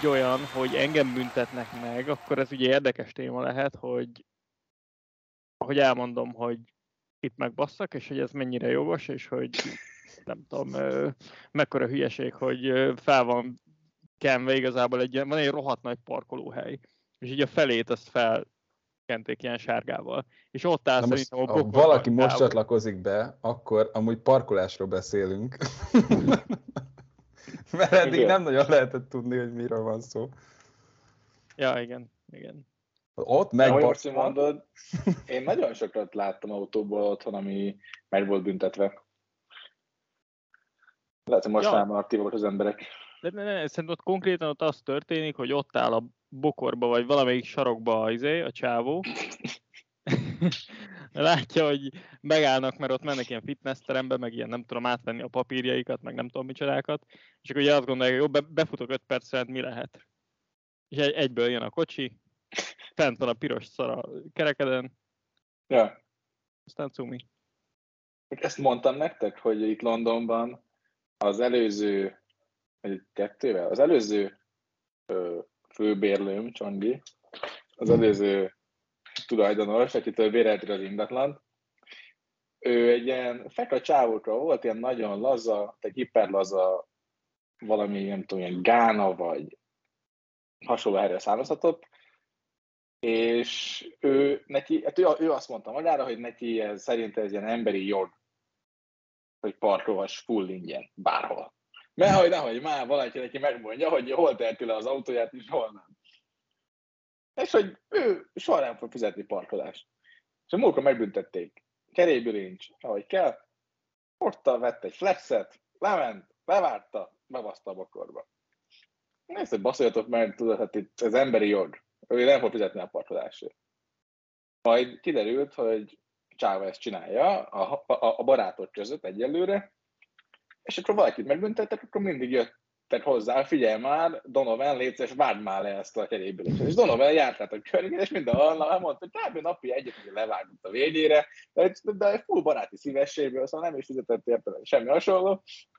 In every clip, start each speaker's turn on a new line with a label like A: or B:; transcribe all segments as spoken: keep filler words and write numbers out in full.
A: egy olyan, hogy engem büntetnek meg, akkor ez ugye érdekes téma lehet, hogy, hogy elmondom, hogy itt megbasszak, és hogy ez mennyire jogos, és hogy nem tudom, mekkora hülyeség, hogy fel van kenve igazából egy, van egy rohadt nagy parkolóhely, és így a felét azt felkenték ilyen sárgával. És ott áll szerintem a bokorban.
B: Ha valaki most csatlakozik be, akkor amúgy parkolásról beszélünk. Mert eddig igen. Nem nagyon lehetett tudni, hogy miről van szó.
A: Ja, igen, igen.
B: Ott megbasszol.
C: mondod, én nagyon sokat láttam autóból otthon, ami meg volt büntetve. Lehet, hogy most ja. már aktívak az emberek.
A: De ne, ne, szerintem ott konkrétan ott az történik, hogy ott áll a bokorba, vagy valamelyik sarokba a, izé, a csávó. Látja, hogy megállnak, mert ott mennek ilyen fitnessterembe, meg ilyen nem tudom átvenni a papírjaikat, meg nem tudom micsodákat. És akkor ugye azt gondolják, hogy jó, be, befutok öt percet, mi lehet? És egy, egyből jön a kocsi, fent van a piros szar a kerekeden.
C: Ja.
A: Aztán cumi.
C: Ezt mondtam nektek, hogy itt Londonban az előző, egy kettővel, az előző ö, főbérlőm, Csongi, az előző tulajdonos, akitől béreltük az ingatlant, ő egy ilyen feka csávókra volt, ilyen nagyon laza, egy hiperlaza, valami, nem tudom, ilyen gána, vagy hasonló erre származhatott, és ő, neki, hát ő, ő azt mondta magára, hogy neki ez, szerint ez ilyen emberi jog, hogy parkolhass full ingyen, bárhol. Mert hogy nehogy már valaki neki megmondja, hogy hol teheti le az autóját, és hol nem. És hogy ő soha nem fog fizetni parkolást. És a múlkor megbüntették. Cserébilincs, ahogy kell. Porttal vett egy flexet, lement, levárta, bebaszta a bokorba. Nézd, hogy baszoljatok, mert tudod, hát itt az emberi jog. Ő nem fog fizetni a parkolásért. Majd kiderült, hogy Csáva ezt csinálja a, a, a barátok között egyelőre, és akkor valakit megbüntettek, akkor mindig jöttek hozzá, figyelj már, Donovan, légy szíves, várd már le ezt a cserébülést. És Donovan járt át a környéken, és mindenhol elmondta, hogy kb. Napi egyet, hogy levágott a végére, de, de egy full baráti szívességből, szóval nem is fizetett érte semmi hasonló.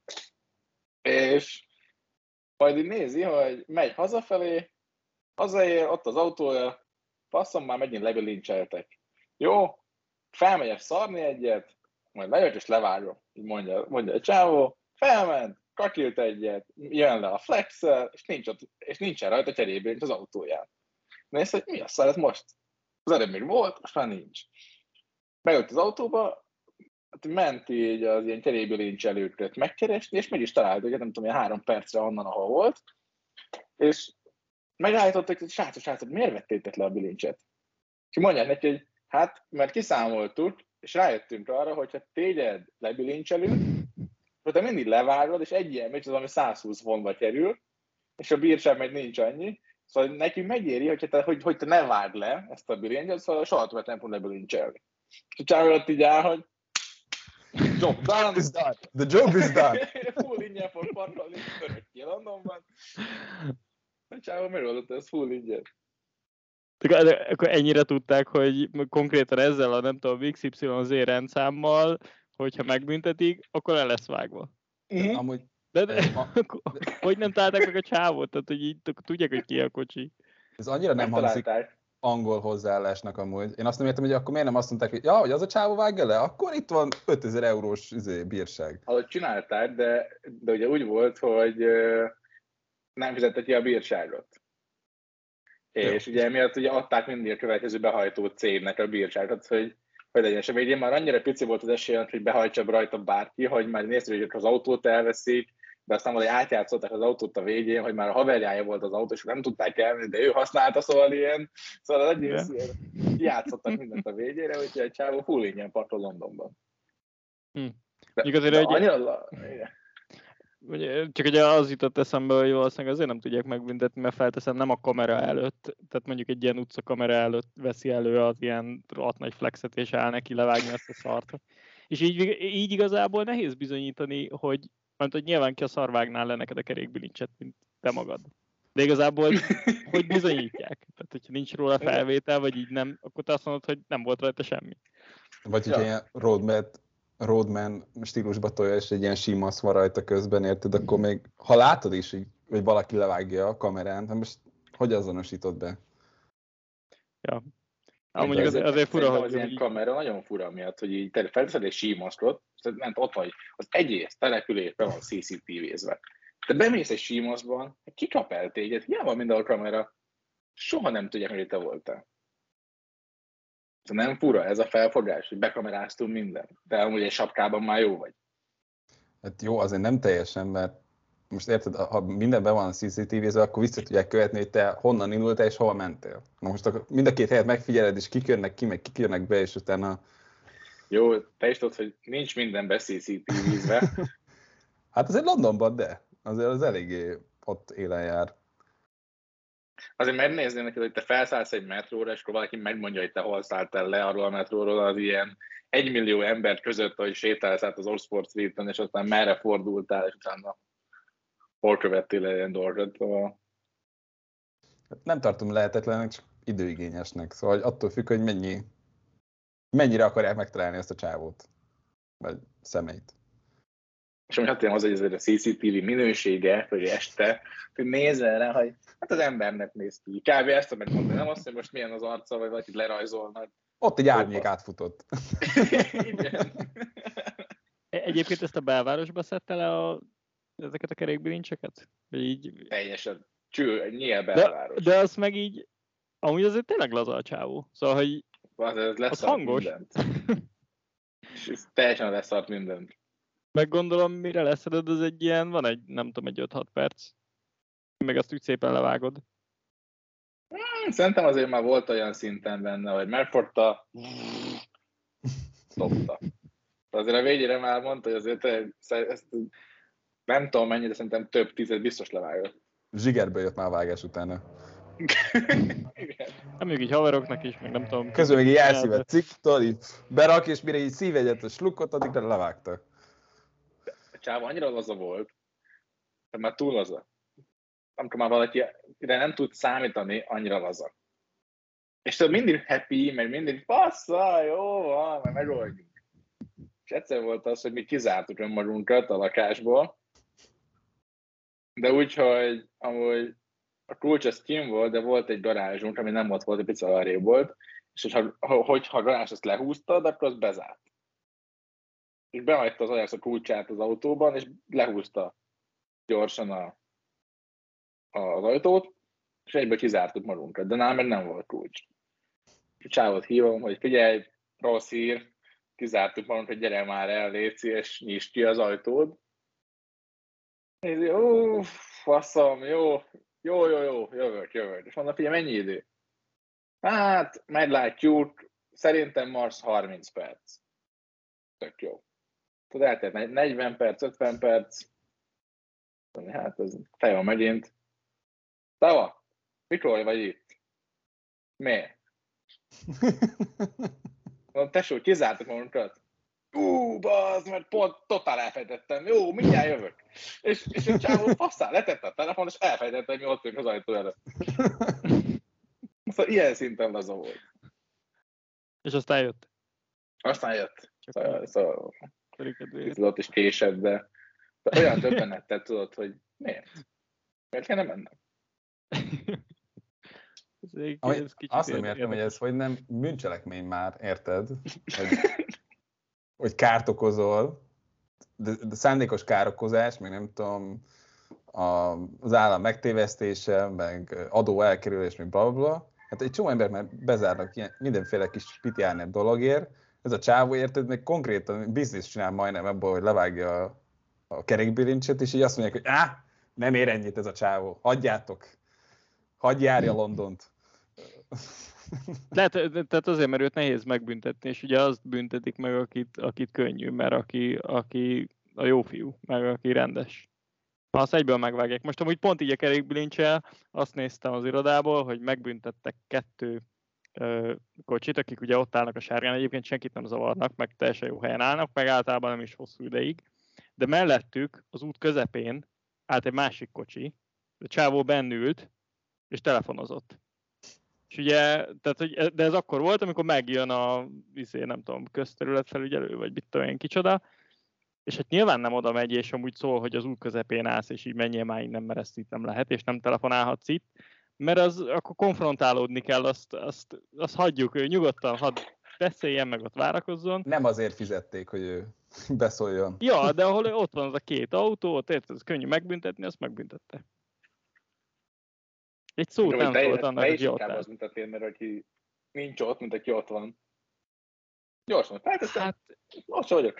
C: És majd így nézi, hogy megy hazafelé, hazaér, ott az autója, faszom, már megint lebilincseltek. Jó, felmegyek szarni egyet, majd lejött és levágom, így mondja, mondja a csávó, felment, kakilt egyet, jön le a flexel, és, nincs ott, és nincsen rajta cserébilincs az autóján. Nézd, hogy mi a szar, ez most? Az előbb még volt, most már nincs. Bejött az autóba, ment így az ilyen cserébilincs előtt megkeresni, és meg is talált, hogy nem tudom, ilyen három percre onnan, ahol volt, és megállítottak, hogy srácok, srácok, miért vettétek le a bilincset? És mondják neki, hogy hát, mert kiszámoltuk, és rájöttünk arra, hogy ha téged lebilincselünk, akkor te mindig levárod, és egy ilyen meccs az, ami száz húsz fontba kerül, és a bírság meg nincs annyi, szóval nekünk megéri, hogy te, hogy, hogy te ne várd le ezt a bilincset, szóval soha többet nem fog lebilincselni. És a csávó így áll, hogy job done.
B: The job is done.
C: Full ingyen fog parkolni, örökké Londonban. A csávó megoldott ezt full ingyen.
A: Akkor ennyire tudták, hogy konkrétan ezzel a nem tudom, iksz ipszilon zé rendszámmal, hogyha megbüntetik, akkor le lesz vágva.
B: Uh-huh. Amúgy,
A: de, de, de, hogy nem találták meg a csávót? Tehát, hogy így tudják, hogy ki a kocsi.
B: Ez annyira nem hangzik angol hozzáállásnak amúgy. Én azt nem értem, hogy akkor miért nem azt mondták, hogy ja, hogy az a csávó vágja le, akkor itt van ötezer eurós izé, bírság.
C: Ahogy csinálták, de, de ugye úgy volt, hogy nem fizette ki a bírságot. És ugye emiatt ugye adták mindig a következő behajtó cégnek a bírságot, hogy, hogy legyen. És a végén már annyira pici volt az esélye, hogy behajtsa rajta bárki, hogy már nézd, hogy az autót elveszik, de aztán valahogy átjátszották az autót a végén, hogy már a haverjája volt az autó, és nem tudták elvenni, de ő használta, szóval ilyen, szóval az egész játszottak mindent a végére, úgyhogy a csávó full ingyen parkol Londonban.
A: Hm. De, de egy...
C: annyira...
A: Csak ugye az jutott eszembe, hogy valószínűleg azért nem tudják megbüntetni, mert felteszem nem a kamera előtt, tehát mondjuk egy ilyen utca kamera előtt veszi elő az ilyen rohadt nagy flexet, és áll neki levágni ezt a szart. És így, így igazából nehéz bizonyítani, hogy, mert hogy nyilván ki a szar vágnál le neked a kerékbilincset, mint te magad. De igazából hogy bizonyítják? Tehát, hogyha nincs róla felvétel, vagy így nem, akkor te azt mondod, hogy nem volt rajta semmi.
B: Vagy ja. Ilyen roadman, roadman stílusba tolja, és egy ilyen símasz van rajta közben, érted? Akkor még, ha látod is, így vagy valaki levágja a kamerán, hát most hogy azonosítod be?
A: Ja. Ah, mondjuk azért, azért fura, hogy...
C: az ilyen így... kamera nagyon fura miatt, hogy így te felteszed egy símaszkot, ment ott vagy, az egész település be van cé cé té vézve. Te bemész egy símaszban, kikap el téged, hiába minden a kamera, soha nem tudják, hogy te voltál. Nem fura ez a felfogás, hogy bekameráztunk mindent, de amúgy egy sapkában már jó vagy.
B: Hát jó, azért nem teljesen, mert most érted, ha minden be van cé cé té vézve, akkor vissza tudják követni, hogy te honnan indultál és hova mentél. Na most akkor mind a két helyet megfigyeled, és kik jönnek ki, meg kik jönnek be, és utána...
C: Jó, te is tudod, hogy nincs minden be cé cé té vézve.
B: Hát azért Londonban, de azért az eléggé ott élen jár.
C: Azért megnézni neked, hogy te felszállsz egy metróra, és akkor valaki megmondja, hogy te hol szálltál le arról a metróról, az ilyen egymillió ember között, hogy sétálsz át az Oxford Street-en, és aztán merre fordultál, és utána hol követtél egy ilyen dolgot. Szóval...
B: Nem tartom lehetetlenek, csak időigényesnek. Szóval attól függ, hogy mennyi, mennyire akarják megtalálni ezt a csávót, vagy személyt.
C: És ami hát az, hogy azért a cé cé té vé minősége, hogy este, hogy nézzel rá, hogy hát az embernek néz ki. Kb. Ezt tudom megmondani, nem azt, hogy most milyen az arca, vagy valakit lerajzolnak.
B: Ott egy árnyék átfutott.
C: Igen.
A: Egyébként ezt a belvárosba szedte le a, ezeket a kerékbilincseket? Vagy így...
C: Teljesen cső, nyíl belváros.
A: De, de azt meg így, amúgy azért tényleg laza a csávó. Szóval, hogy
C: az, ez
A: az hangos.
C: Mindent. És ez teljesen leszart mindent.
A: Meg gondolom, mire leszeded, az egy ilyen, van egy, nem tudom, egy öt-hat perc. Meg azt úgy szépen levágod.
C: Hmm, szerintem azért már volt olyan szinten benne, hogy megfogta, dobta. Azért a végére már mondta, hogy azért ezt nem tudom mennyi, de szerintem több tízet biztos levágott.
B: Zsigerbe jött már a vágás utána.
C: Igen.
A: Nem mondjuk így haveroknak is, meg nem tudom.
B: Közben még így elszívett cikktől, így berak, és mire így szív egyet a slukkot, addigra levágta.
C: A csáva annyira laza volt, hogy már túl laza. Amikor már valakire nem tud számítani, annyira laza. És tudod, mindig happy, meg mindig passza, jó van, meg megoldjuk. És egyszer volt az, hogy mi kizártuk önmagunkat a lakásból, de úgy, hogy amúgy a kulcs az kim volt, de volt egy garázsunk, ami nem ott volt, egy picit arrébb volt, és hogyha, hogyha a garázs azt lehúztad, akkor az bezárt. És behagyta az Ajax a kulcsát az autóban, és lehúzta gyorsan a, a, az ajtót, és egyből kizártuk magunkat, de nálam meg nem volt kulcs. A csávot hívom, hogy figyelj, rossz hír, kizártuk magunkat, gyere már el, léci, és nyisd ki az ajtód. Nézi, ó, faszom, jó, jó, jó, jó, jövök, jövök. És mondom, figyelj, mennyi idő? Hát, meglátjuk, szerintem marsz harminc perc. Tök jó. Tudod, eltelt negyven perc, ötven perc. Hát, ez fejem megint. Tava, mikor vagy itt? Miért? Mondom, tesó, kizártuk magunkat. Ú, bazd, mert pont totál elfejtettem. Jó, mindjárt jövök. És, és a csávó faszán letette a telefon, és elfejtette, hogy mi ott vagyunk az ajtó előtt. Szóval ilyen szinten laza volt.
A: És aztán jött.
C: Aztán jött. Szóval, szóval
A: Kedvéért.
C: ott is késett, de, de olyan döbbenettel tudod, hogy miért? Miért kellene mennem?
A: Ez
B: Ami,
A: ez kicsit
B: azt nem értem,
A: érdekes.
B: hogy ez hogy nem bűncselekmény már, érted? Hogy, hogy kárt okozol, de, de szándékos károkozás, meg nem tudom, a, az állam megtévesztése, meg adó elkerülés, meg bla bla. Hát egy csomó ember már bezárnak ilyen, mindenféle kis pitjárnet dologért. Ez a csávó, érted, meg konkrétan bizniszt csinál majdnem ebből, hogy levágja a, a kerékbilincset, és így azt mondják, hogy áh, nem ér ennyit ez a csávó, hagyjátok, hagyj járja Londont.
A: Lehet, tehát azért, mert őt nehéz megbüntetni, és ugye azt büntetik meg, akit, akit könnyű, mert aki, aki a jó fiú, meg aki rendes. Ha azt egyből megvágják. Most amúgy pont így a kerékbilincsel azt néztem az irodából, hogy megbüntettek kettő ö, kocsit, akik ugye ott állnak a sárgán, egyébként senkit nem zavarnak, meg teljesen jó helyen állnak, meg általában nem is hosszú ideig. De mellettük, az út közepén állt egy másik kocsi, a csávó bennült, és telefonozott. És ugye, tehát, hogy, de ez akkor volt, amikor megjön a, izé, nem tudom, közterületfelügyelő, vagy mit tudom én kicsoda, és hát nyilván nem oda megy, és amúgy szól, hogy az út közepén állsz, és így menjél már innen, mert ezt itt nem lehet, és nem telefonálhatsz itt, mert az, akkor konfrontálódni kell, azt, azt, azt hagyjuk, ő nyugodtan hadd beszéljen, meg ott várakozzon.
B: Nem azért fizették, hogy ő beszóljon.
A: Ja, de ahol ott van az a két autó, ott érted, ez könnyű megbüntetni, azt megbüntette. Egy szót nem szólt annak, hogy ott áll.
C: Az büntetél, mert aki nincs ott, mint aki ott van. Gyorsan, felteszem, hát, most vagyok.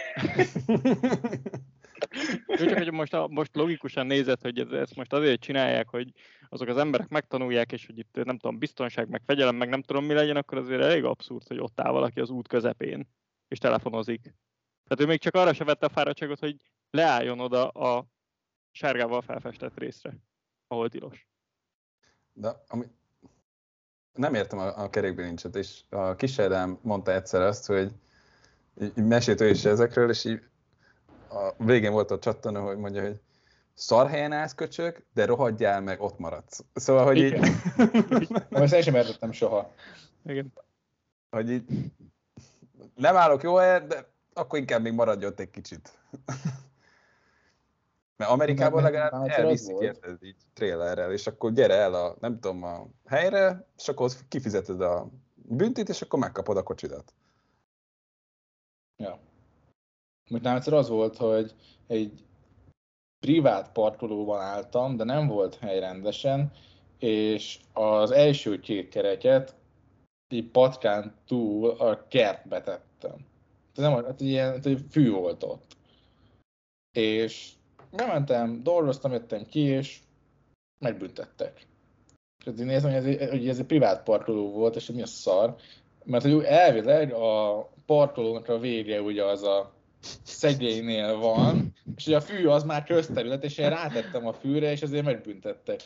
A: Ő csak, hogy most, most logikusan nézed, hogy ezt most azért csinálják, hogy azok az emberek megtanulják, és hogy itt nem tudom, biztonság, meg fegyelem, meg nem tudom mi legyen, akkor azért elég abszurd, hogy ott áll valaki az út közepén, és telefonozik. Tehát ő még csak arra se vette a fáradtságot, hogy leálljon oda a sárgával felfestett részre, ahol tilos.
B: De ami... nem értem a, a kerékbilincset, és a kis Ádám mondta egyszer azt, hogy mesélt ő is ezekről, és így a végén volt a csattanó, hogy mondja, hogy szar helyen állsz, köcsög, de rohadjál meg, ott maradsz. Szóval, hogy
D: igen.
B: így...
D: Most én sem értettem soha.
A: Igen.
B: Hogy így nem állok jó helyen, de akkor inkább még maradj ott egy kicsit. Mert Amerikában legalább elviszik, érted, így trailerrel, és akkor gyere el a, nem tudom, a helyre, és akkor kifizeted a büntit, és akkor megkapod a kocsidat.
D: Ja. Most nálam egyszer az volt, hogy egy privát parkolóban álltam, de nem volt hely rendesen, és az első két kereket így patkán túl a kertbe tettem. Nem, hát ilyen hát egy fű volt ott. És bementem, dolgoztam, jöttem ki, és megbüntettek. És így nézem, hogy ez, egy, hogy ez egy privát parkoló volt, és mi a szar. Mert hogy elvileg a parkolónak a vége ugye az a szegélynél van, és ugye a fű az már közterület, és én rátettem a fűre, és ezért megbüntettek.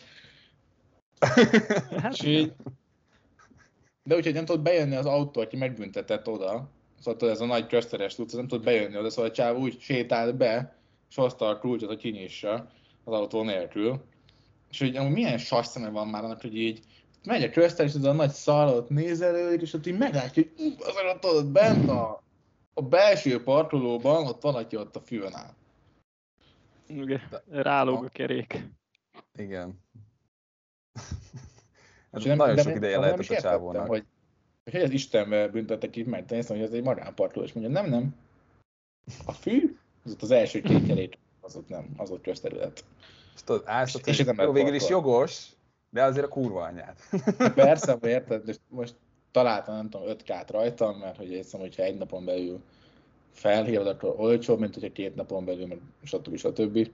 D: És így, de úgyhogy nem tudott bejönni az autó, aki megbüntetett oda, szóval ez a nagy közteres tudsz, nem tudott bejönni oda, szóval a csáv úgy sétált be, és hozta a kulcsot, hogy kinyissa az autó nélkül. És hogy amúgy milyen sasszeme van már annak, hogy így megy a közteres, az a nagy szarot nézelődik, és ott így meglátja, hogy uh, azért ott ott bent a, a belső parkolóban, ott van, aki ott a fűn áll.
A: Igen, rálóg a kerék.
B: Igen.
D: Ez
B: nagyon
D: nem,
B: sok ideje lehet a csávónak.
D: Hogy, hogy az Istenbe büntettek így meg, néztem, hogy ez egy magánparkoló, és mondja, nem, nem. A fű, az ott az első két kerék, az ott nem, az ott közterület.
B: És tudod, állsz ott,
D: és
B: hogy jó, végül is jogos, de azért a kurva anyád.
D: Persze, érted, most, most találtam, nem tudom, öt kát rajtam, mert hogy hiszem, hogyha egy napon belül felhívod, akkor olcsóbb, mint hogyha két napon belül, meg stb. stb.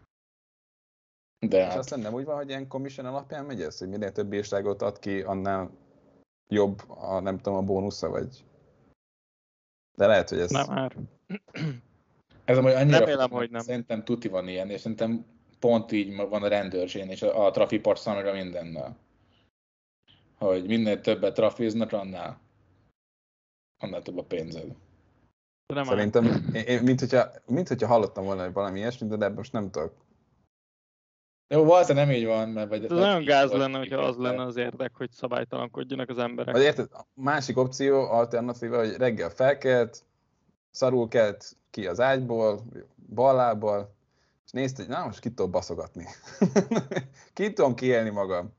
D: De
B: és
D: hát...
B: aztán nem úgy van, hogy ilyen commission alapján megy ez, hogy minél több bírságot ad ki, annál jobb a, nem tudom, a bónusza, vagy... De lehet, hogy ez...
A: Nem már.
D: Ez amúgy annyira...
A: Remélem, hogy nem.
D: Szerintem tuti van ilyen, és szerintem pont így van a rendőrségén és a, a trafiparcon, meg a mindennel. Hogy minél többet trafiznak, annál, annál több a pénzed.
A: Nem
B: Szerintem, én, én, mint, hogyha, mint hogyha hallottam volna, hogy valami ilyesmit, de most nem tudok.
D: Jó, valószínűleg nem így van, mert... Vagy
A: ez nagyon gáz lenne, hogyha az lenne az érdek, hogy szabálytalankodjanak az emberek.
B: Vagy érted, a másik opció, alternatíva, hogy reggel felkelt, szarul kelt ki az ágyból, ballából, és nézte, hogy na, most ki tudom baszogatni. Ki tudom kiélni magam.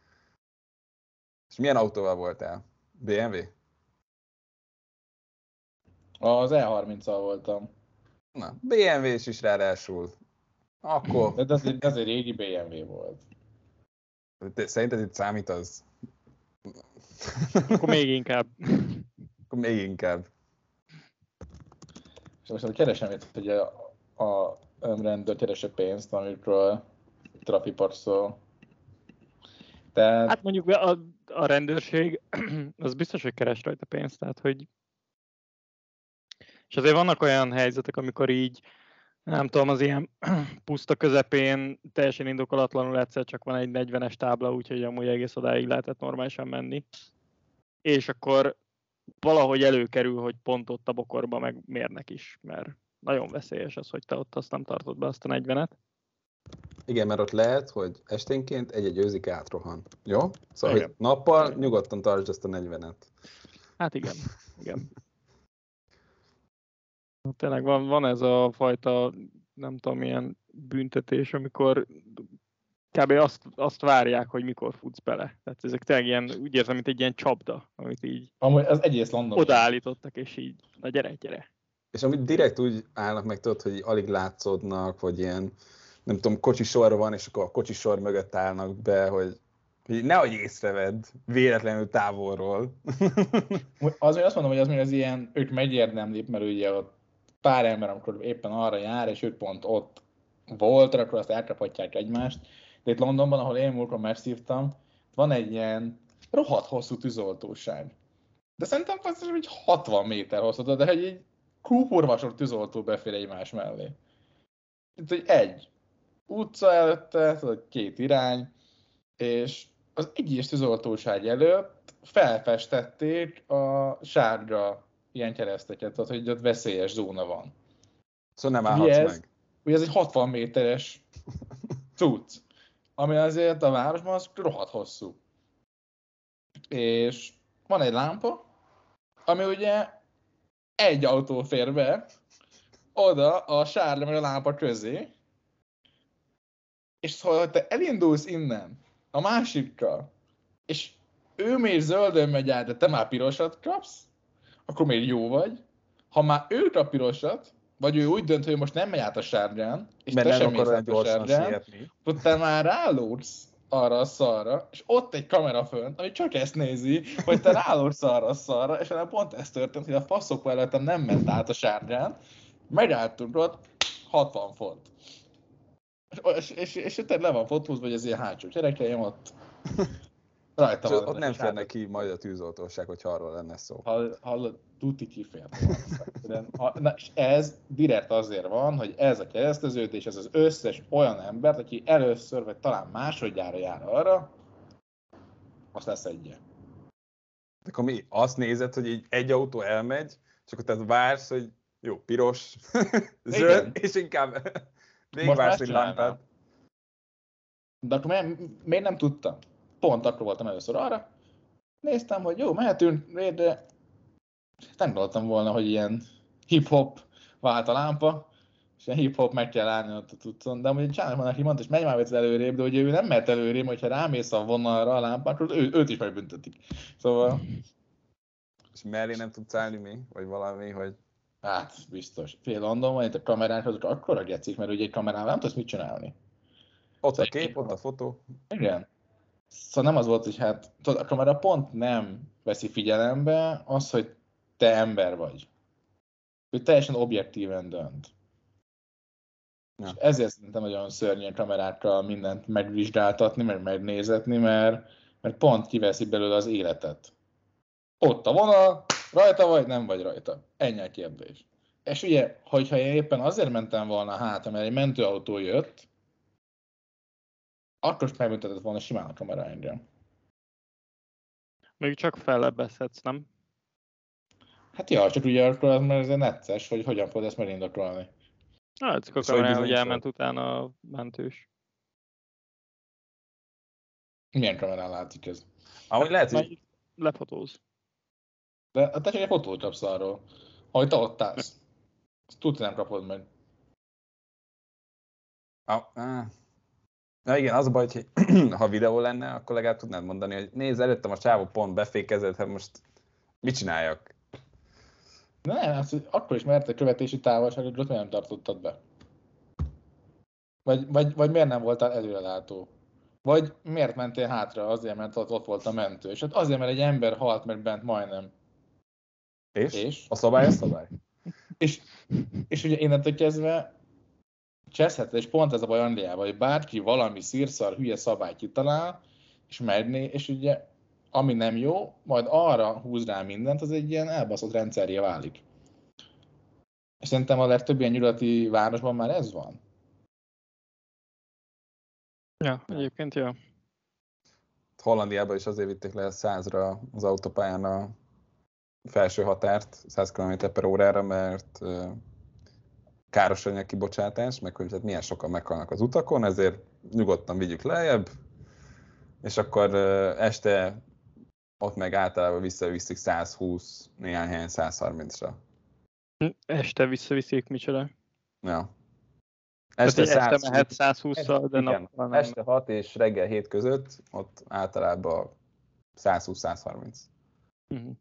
B: És milyen autóval voltál? bé em vé?
D: Az E harminccal voltam.
B: Na, bé em vé-s is ráadásul. Akkor...
D: De ez egy, ez egy régi bé em vé volt.
B: Te, szerinted itt számít az?
A: Akkor még inkább.
B: Akkor még inkább.
D: És most keresem itt, hogy a, a önrendőr keresse pénzt, amikről trafipart szól. Tehát...
A: Hát mondjuk a, a rendőrség, az biztos, hogy keres rajta pénzt, tehát hogy... És azért vannak olyan helyzetek, amikor így, nem tudom, az ilyen puszta közepén teljesen indokolatlanul egyszer csak van egy negyvenes tábla, úgyhogy amúgy egész odáig lehetett normálisan menni. És akkor valahogy előkerül, hogy pont ott a bokorba megmérnek is, mert nagyon veszélyes az, hogy te ott azt nem tartod be azt a negyvenet.
B: Igen, mert ott lehet, hogy esténként egy-egy őzik átrohan. Jó? Szóval,
A: igen.
B: hogy nappal nyugodtan tartsd ezt a negyvenet.
A: Hát igen, igen. tényleg van, van ez a fajta, nem tudom, ilyen büntetés, amikor kb. azt, azt várják, hogy mikor futsz bele. Tehát ezek tényleg ilyen, úgy érzem, mint egy ilyen csapda, amit így
D: Amúgy az egész London.
A: odaállítottak, és így, na gyere, gyere.
B: És amit direkt úgy állnak meg, tudod, hogy alig látszódnak, vagy ilyen, nem tudom, kocsisor van, és akkor a kocsisor mögött állnak be, hogy, hogy nehogy észrevedd véletlenül távolról.
D: Az még azt mondom, hogy az még az ilyen, ők megérdemlik, mert ugye ott pár ember, amikor éppen arra jár, és ők pont ott volt, akkor azt elkaphatják egymást. De itt Londonban, ahol én múltkor megszívtam, van egy ilyen rohadt hosszú tűzoltóság. De szerintem az egy hatvan méter hosszú, de hogy egy kúporvasor tűzoltó befér egymás mellé. Itt hogy egy utca előtte, tudod, két irány, és az egyes tűzoltóság előtt felfestették a sárga ilyen kereszteket, tehát hogy ott veszélyes zóna van.
B: Szóval nem állhatsz
D: ez,
B: meg.
D: Ugye ez egy hatvan méteres cucc, ami azért a városban az rohadt hosszú. És van egy lámpa, ami ugye egy autó fér be, oda a sárga meg a lámpa közé, és szóval, ha te elindulsz innen a másikkal, és ő még zöldön megy át, de te már pirosat kapsz, akkor még jó vagy. Ha már ő kap pirosat, vagy ő úgy dönt, hogy most nem megy át a sárgán, és
B: Mert
D: te
B: nem
D: sem mész
B: akar
D: át a
B: gyorsan
D: sárgán,
B: sietni.
D: akkor te már rálódsz arra a szarra, és ott egy kamera fönt, ami csak ezt nézi, hogy te rálódsz arra a szarra, és hanem pont ez történt, hogy a faszok előttem nem ment át a sárgán, megálltunk ott, hatvan font. És, és, és és le van fotózva, hogy ez ilyen hátsó cserekeljem ott. Rajta
B: És
D: van.
B: ott nem férne ki majd a tűzoltóság, hogyha arról lenne szó.
D: Hall, hallod, tuti kifért. Na, és ez direkt azért van, hogy ez a kereszteződés, ez az összes olyan embert, aki először, vagy talán másodjára jár arra, azt leszedje.
B: De akkor mi azt nézed, hogy így egy autó elmegy, és akkor te vársz, hogy jó, piros, zöld, és inkább végigvársz egy lámpát.
D: De akkor miért, miért nem tudtam? Pont akkor voltam először arra. Néztem, hogy jó, mehetünk, de nem gondoltam volna, hogy ilyen hip-hop vált a lámpa, és ilyen hip-hop meg kell állni ott a tudszon. De amúgy csinálom, van, aki mondta, és menj már vesz előrébb, de hogy ő nem mehet előrébb, hogyha rámész a vonalra a lámpán, akkor ő, őt is megbüntetik. Szóval...
B: És mellé nem tudsz állni mi? Vagy valami, hogy...
D: Hát, biztos. Fél Londonban, itt a kamerák azok akkora gecik, mert ugye egy kamerával nem tudsz mit csinálni.
B: Ott a kép, ott a fotó.
D: Igen. Szóval nem az volt, hogy hát, tudod, a kamera pont nem veszi figyelembe az, hogy te ember vagy. Ő teljesen objektíven dönt. Ja. És ezért szerintem nagyon szörnyű a kamerákkal mindent megvizsgáltatni, meg megnézetni, mert, mert pont kiveszi belőle az életet. Ott a vonal, rajta vagy, nem vagy rajta. Ennyi a kérdés. És ugye, hogyha én éppen azért mentem volna hátra, mert egy mentőautó jött, akkor is megbüntetett volna simán a kamera engem.
A: Még csak fellebbezhetsz, nem?
D: Hát ja, csak ugye akkor az már ez necces, hogy hogyan fogod ezt megindokolni.
A: Hát, a kamerán, hogy elment utána a mentős.
D: Milyen kamerán látszik ez?
B: Ahogy lehet, hogy...
A: Lefotóz.
D: De te csak egy fotót kapsz arról, ahogy te ott állsz. Azt tudsz, nem kapod meg.
B: Ah, ah. Na igen, az a baj, hogy ha videó lenne, akkor legalább tudnád mondani, hogy nézd, előttem a csávó pont befékezett, hát most mit csináljak?
D: De nem, hát akkor is mert a követési távolságot ott nem tartottad be. Vagy, vagy, vagy miért nem voltál előrelátó? Vagy miért mentél hátra? Azért, mert ott, ott volt a mentő. És hát azért, mert egy ember halt meg bent majdnem.
B: És?
D: És?
B: A szabály a szabály.
D: És, és ugye innentől kezdve cseszhet, és pont ez a baj Angliában, hogy bárki valami szírszar hülye szabályt kitalál, és megné, és ugye ami nem jó, majd arra húz rá mindent, az egy ilyen elbaszott rendszerje válik. És szerintem a legtöbb ilyen nyugati városban már ez van.
A: Ja, egyébként ja.
B: Hollandiában is azért vitték le százra az autópályán a felső határt, száz kilométer per órára, mert káros anyag kibocsátás, meg hogy hát milyen sokan meghalnak az utakon, ezért nyugodtan vigyük lejjebb, és akkor este ott meg általában visszaviszik száz húsz, néhány helyen száz harmincra.
A: Este visszaviszik, micsoda.
B: Ja.
A: Este,
B: Este,
A: este mehet százhússzal, de
B: igen,
A: nappal nem.
B: este hat és reggel hét között, ott általában százhúsz-százharminc.
A: Uh-huh.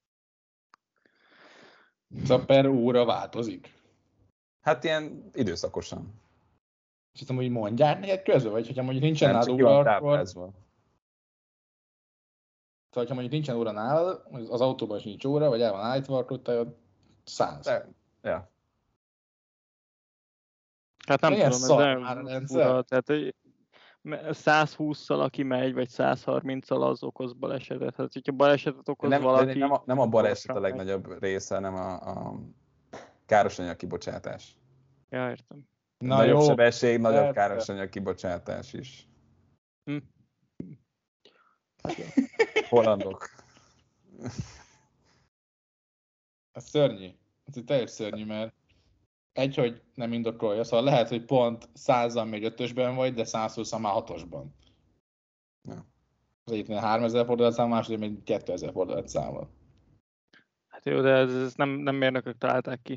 D: Szóval per óra változik.
B: Hát ilyen időszakosan.
D: És hiszem, hogy mondják neked közben, vagy hogyha mondjuk nincsen
B: Nem,
D: nálad
B: csak ki
D: óra,
B: van
D: akkor...
B: táblázva.
D: Szóval, ha mondjuk nincsen óra nálad, az autóban is nincs óra, vagy el van állítva, akkor te száz.
B: De, ja.
A: Hát nem
D: Milyen
A: tudom,
D: szar
A: ez
D: már a
A: nem
D: rendszer?
A: fura, tehát százhússzal aki megy, vagy százharminccal az okoz balesetet. Hát, hogyha balesetet okoz
B: Nem,
A: valaki...
B: de nem, a, nem a baleset a
A: gyorsan
B: legnagyobb része, hanem a, a károsanyag kibocsátás.
A: Ja, értem.
D: Na
B: Nagyobb
D: jó,
B: sebesség, nagyobb
D: persze.
B: károsanyag kibocsátás is.
A: Hm.
B: Hollandok.
D: Ez szörnyű. Ez egy teljes szörnyű, mert egy, hogy nem indokolja, szóval lehet, hogy pont százan még ötösben vagy, de százhúszan már hatosban.
B: Ja.
D: Az egyiknél háromezer fordulatszám, a második még kétezer fordulatszámmal.
A: Hát jó, de ez, ez nem, nem mérnökök találták ki.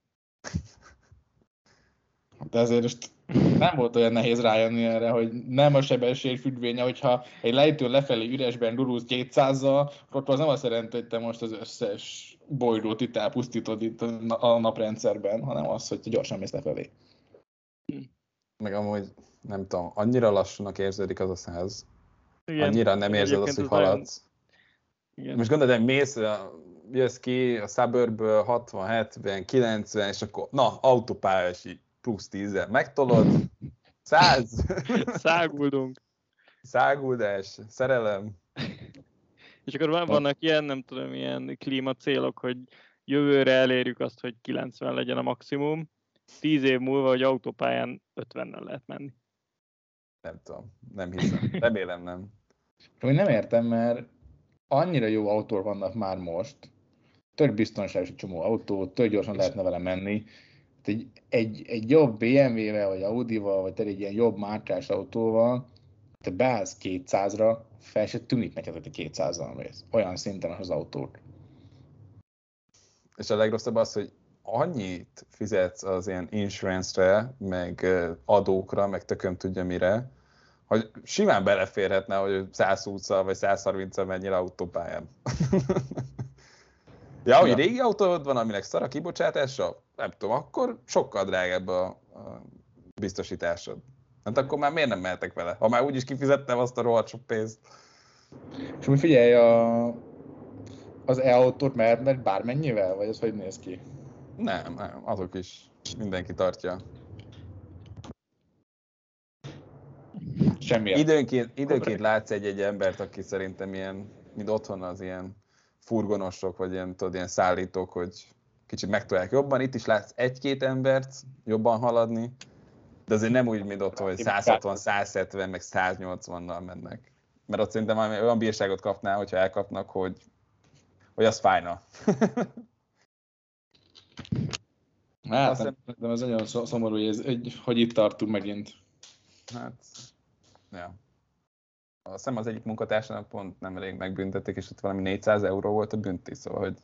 D: De ezért most nem volt olyan nehéz rájönni erre, hogy nem a sebesség függvénye, hogyha egy lejtő lefelé üresben gurulsz kétszázzal, akkor az nem azt jelenti, hogy te most az összes bolygót itt elpusztítod itt a naprendszerben, hanem az, hogy te gyorsan mész lefelé.
B: Meg amúgy, nem tudom, annyira lassúnak érződik az a száz.
A: Igen.
B: Annyira nem érzed azt, hogy
A: Egyébként az
B: haladsz.
A: Igen.
B: Most gondolod, hogy mész, jössz ki a suburből hatvan, hetven, kilencven, és akkor na, autópályás így plusz tízzel megtolod, száz,
A: Száguldunk.
B: száguldás, szerelem.
A: És akkor van- vannak ilyen, nem tudom, ilyen klímacélok, hogy jövőre elérjük azt, hogy kilencven legyen a maximum, tíz év múlva, hogy autópályán ötvennel lehet menni.
B: Nem tudom, nem hiszem, remélem nem.
D: Úgy nem értem, mert annyira jó autók vannak már most, tök biztonságos egy csomó autó, tök gyorsan lehetne vele menni. Egy, egy, egy jobb bé em vé-vel, vagy Audival, vagy egy ilyen jobb márkás autóval, te beállsz kétszázra, fel se tűnik neked, hogy te kétszázzal mész. Olyan szinten az autók.
B: És a legrosszabb az, hogy annyit fizetsz az ilyen insurance-re, meg adókra, meg tököm tudja mire, hogy simán beleférhetne, hogy százhússzal vagy százharminccal menjél autópályán. Ja, hogy
D: Ja.
B: régi autód van, aminek szar a kibocsátása, nem tudom, akkor sokkal drágább a, a biztosításod. Hát akkor már miért nem mehetek vele? Ha már úgyis kifizettem azt a rohadt sok pénzt.
D: És úgy figyelj, a, az e-autók mehetnek bármennyivel, vagy ez hogy néz ki?
B: Nem, nem, azok is. Mindenki tartja.
D: Semmi.
B: Időnként, időnként látsz egy-egy embert, aki szerintem ilyen, mint otthon az ilyen furgonosok, vagy ilyen, tudod, ilyen szállítók, hogy kicsit megtolják jobban. Itt is látsz egy-két embert jobban haladni, de azért nem úgy, mint otthon, hogy száz hatvan, száz hetven, meg száz nyolcvannal mennek. Mert ott szerintem valami olyan bírságot kapnál, hogyha elkapnak, hogy, hogy az fájna.
D: Hát,
B: Azt
D: nem, nem, ez nagyon szomorú, hogy, ez, hogy, hogy itt tartunk megint.
B: Hát, ja. Azt hiszem az egyik munkatársának pont nemrég megbüntették, és ott valami négyszáz euró volt a bünti, szóval, hogy...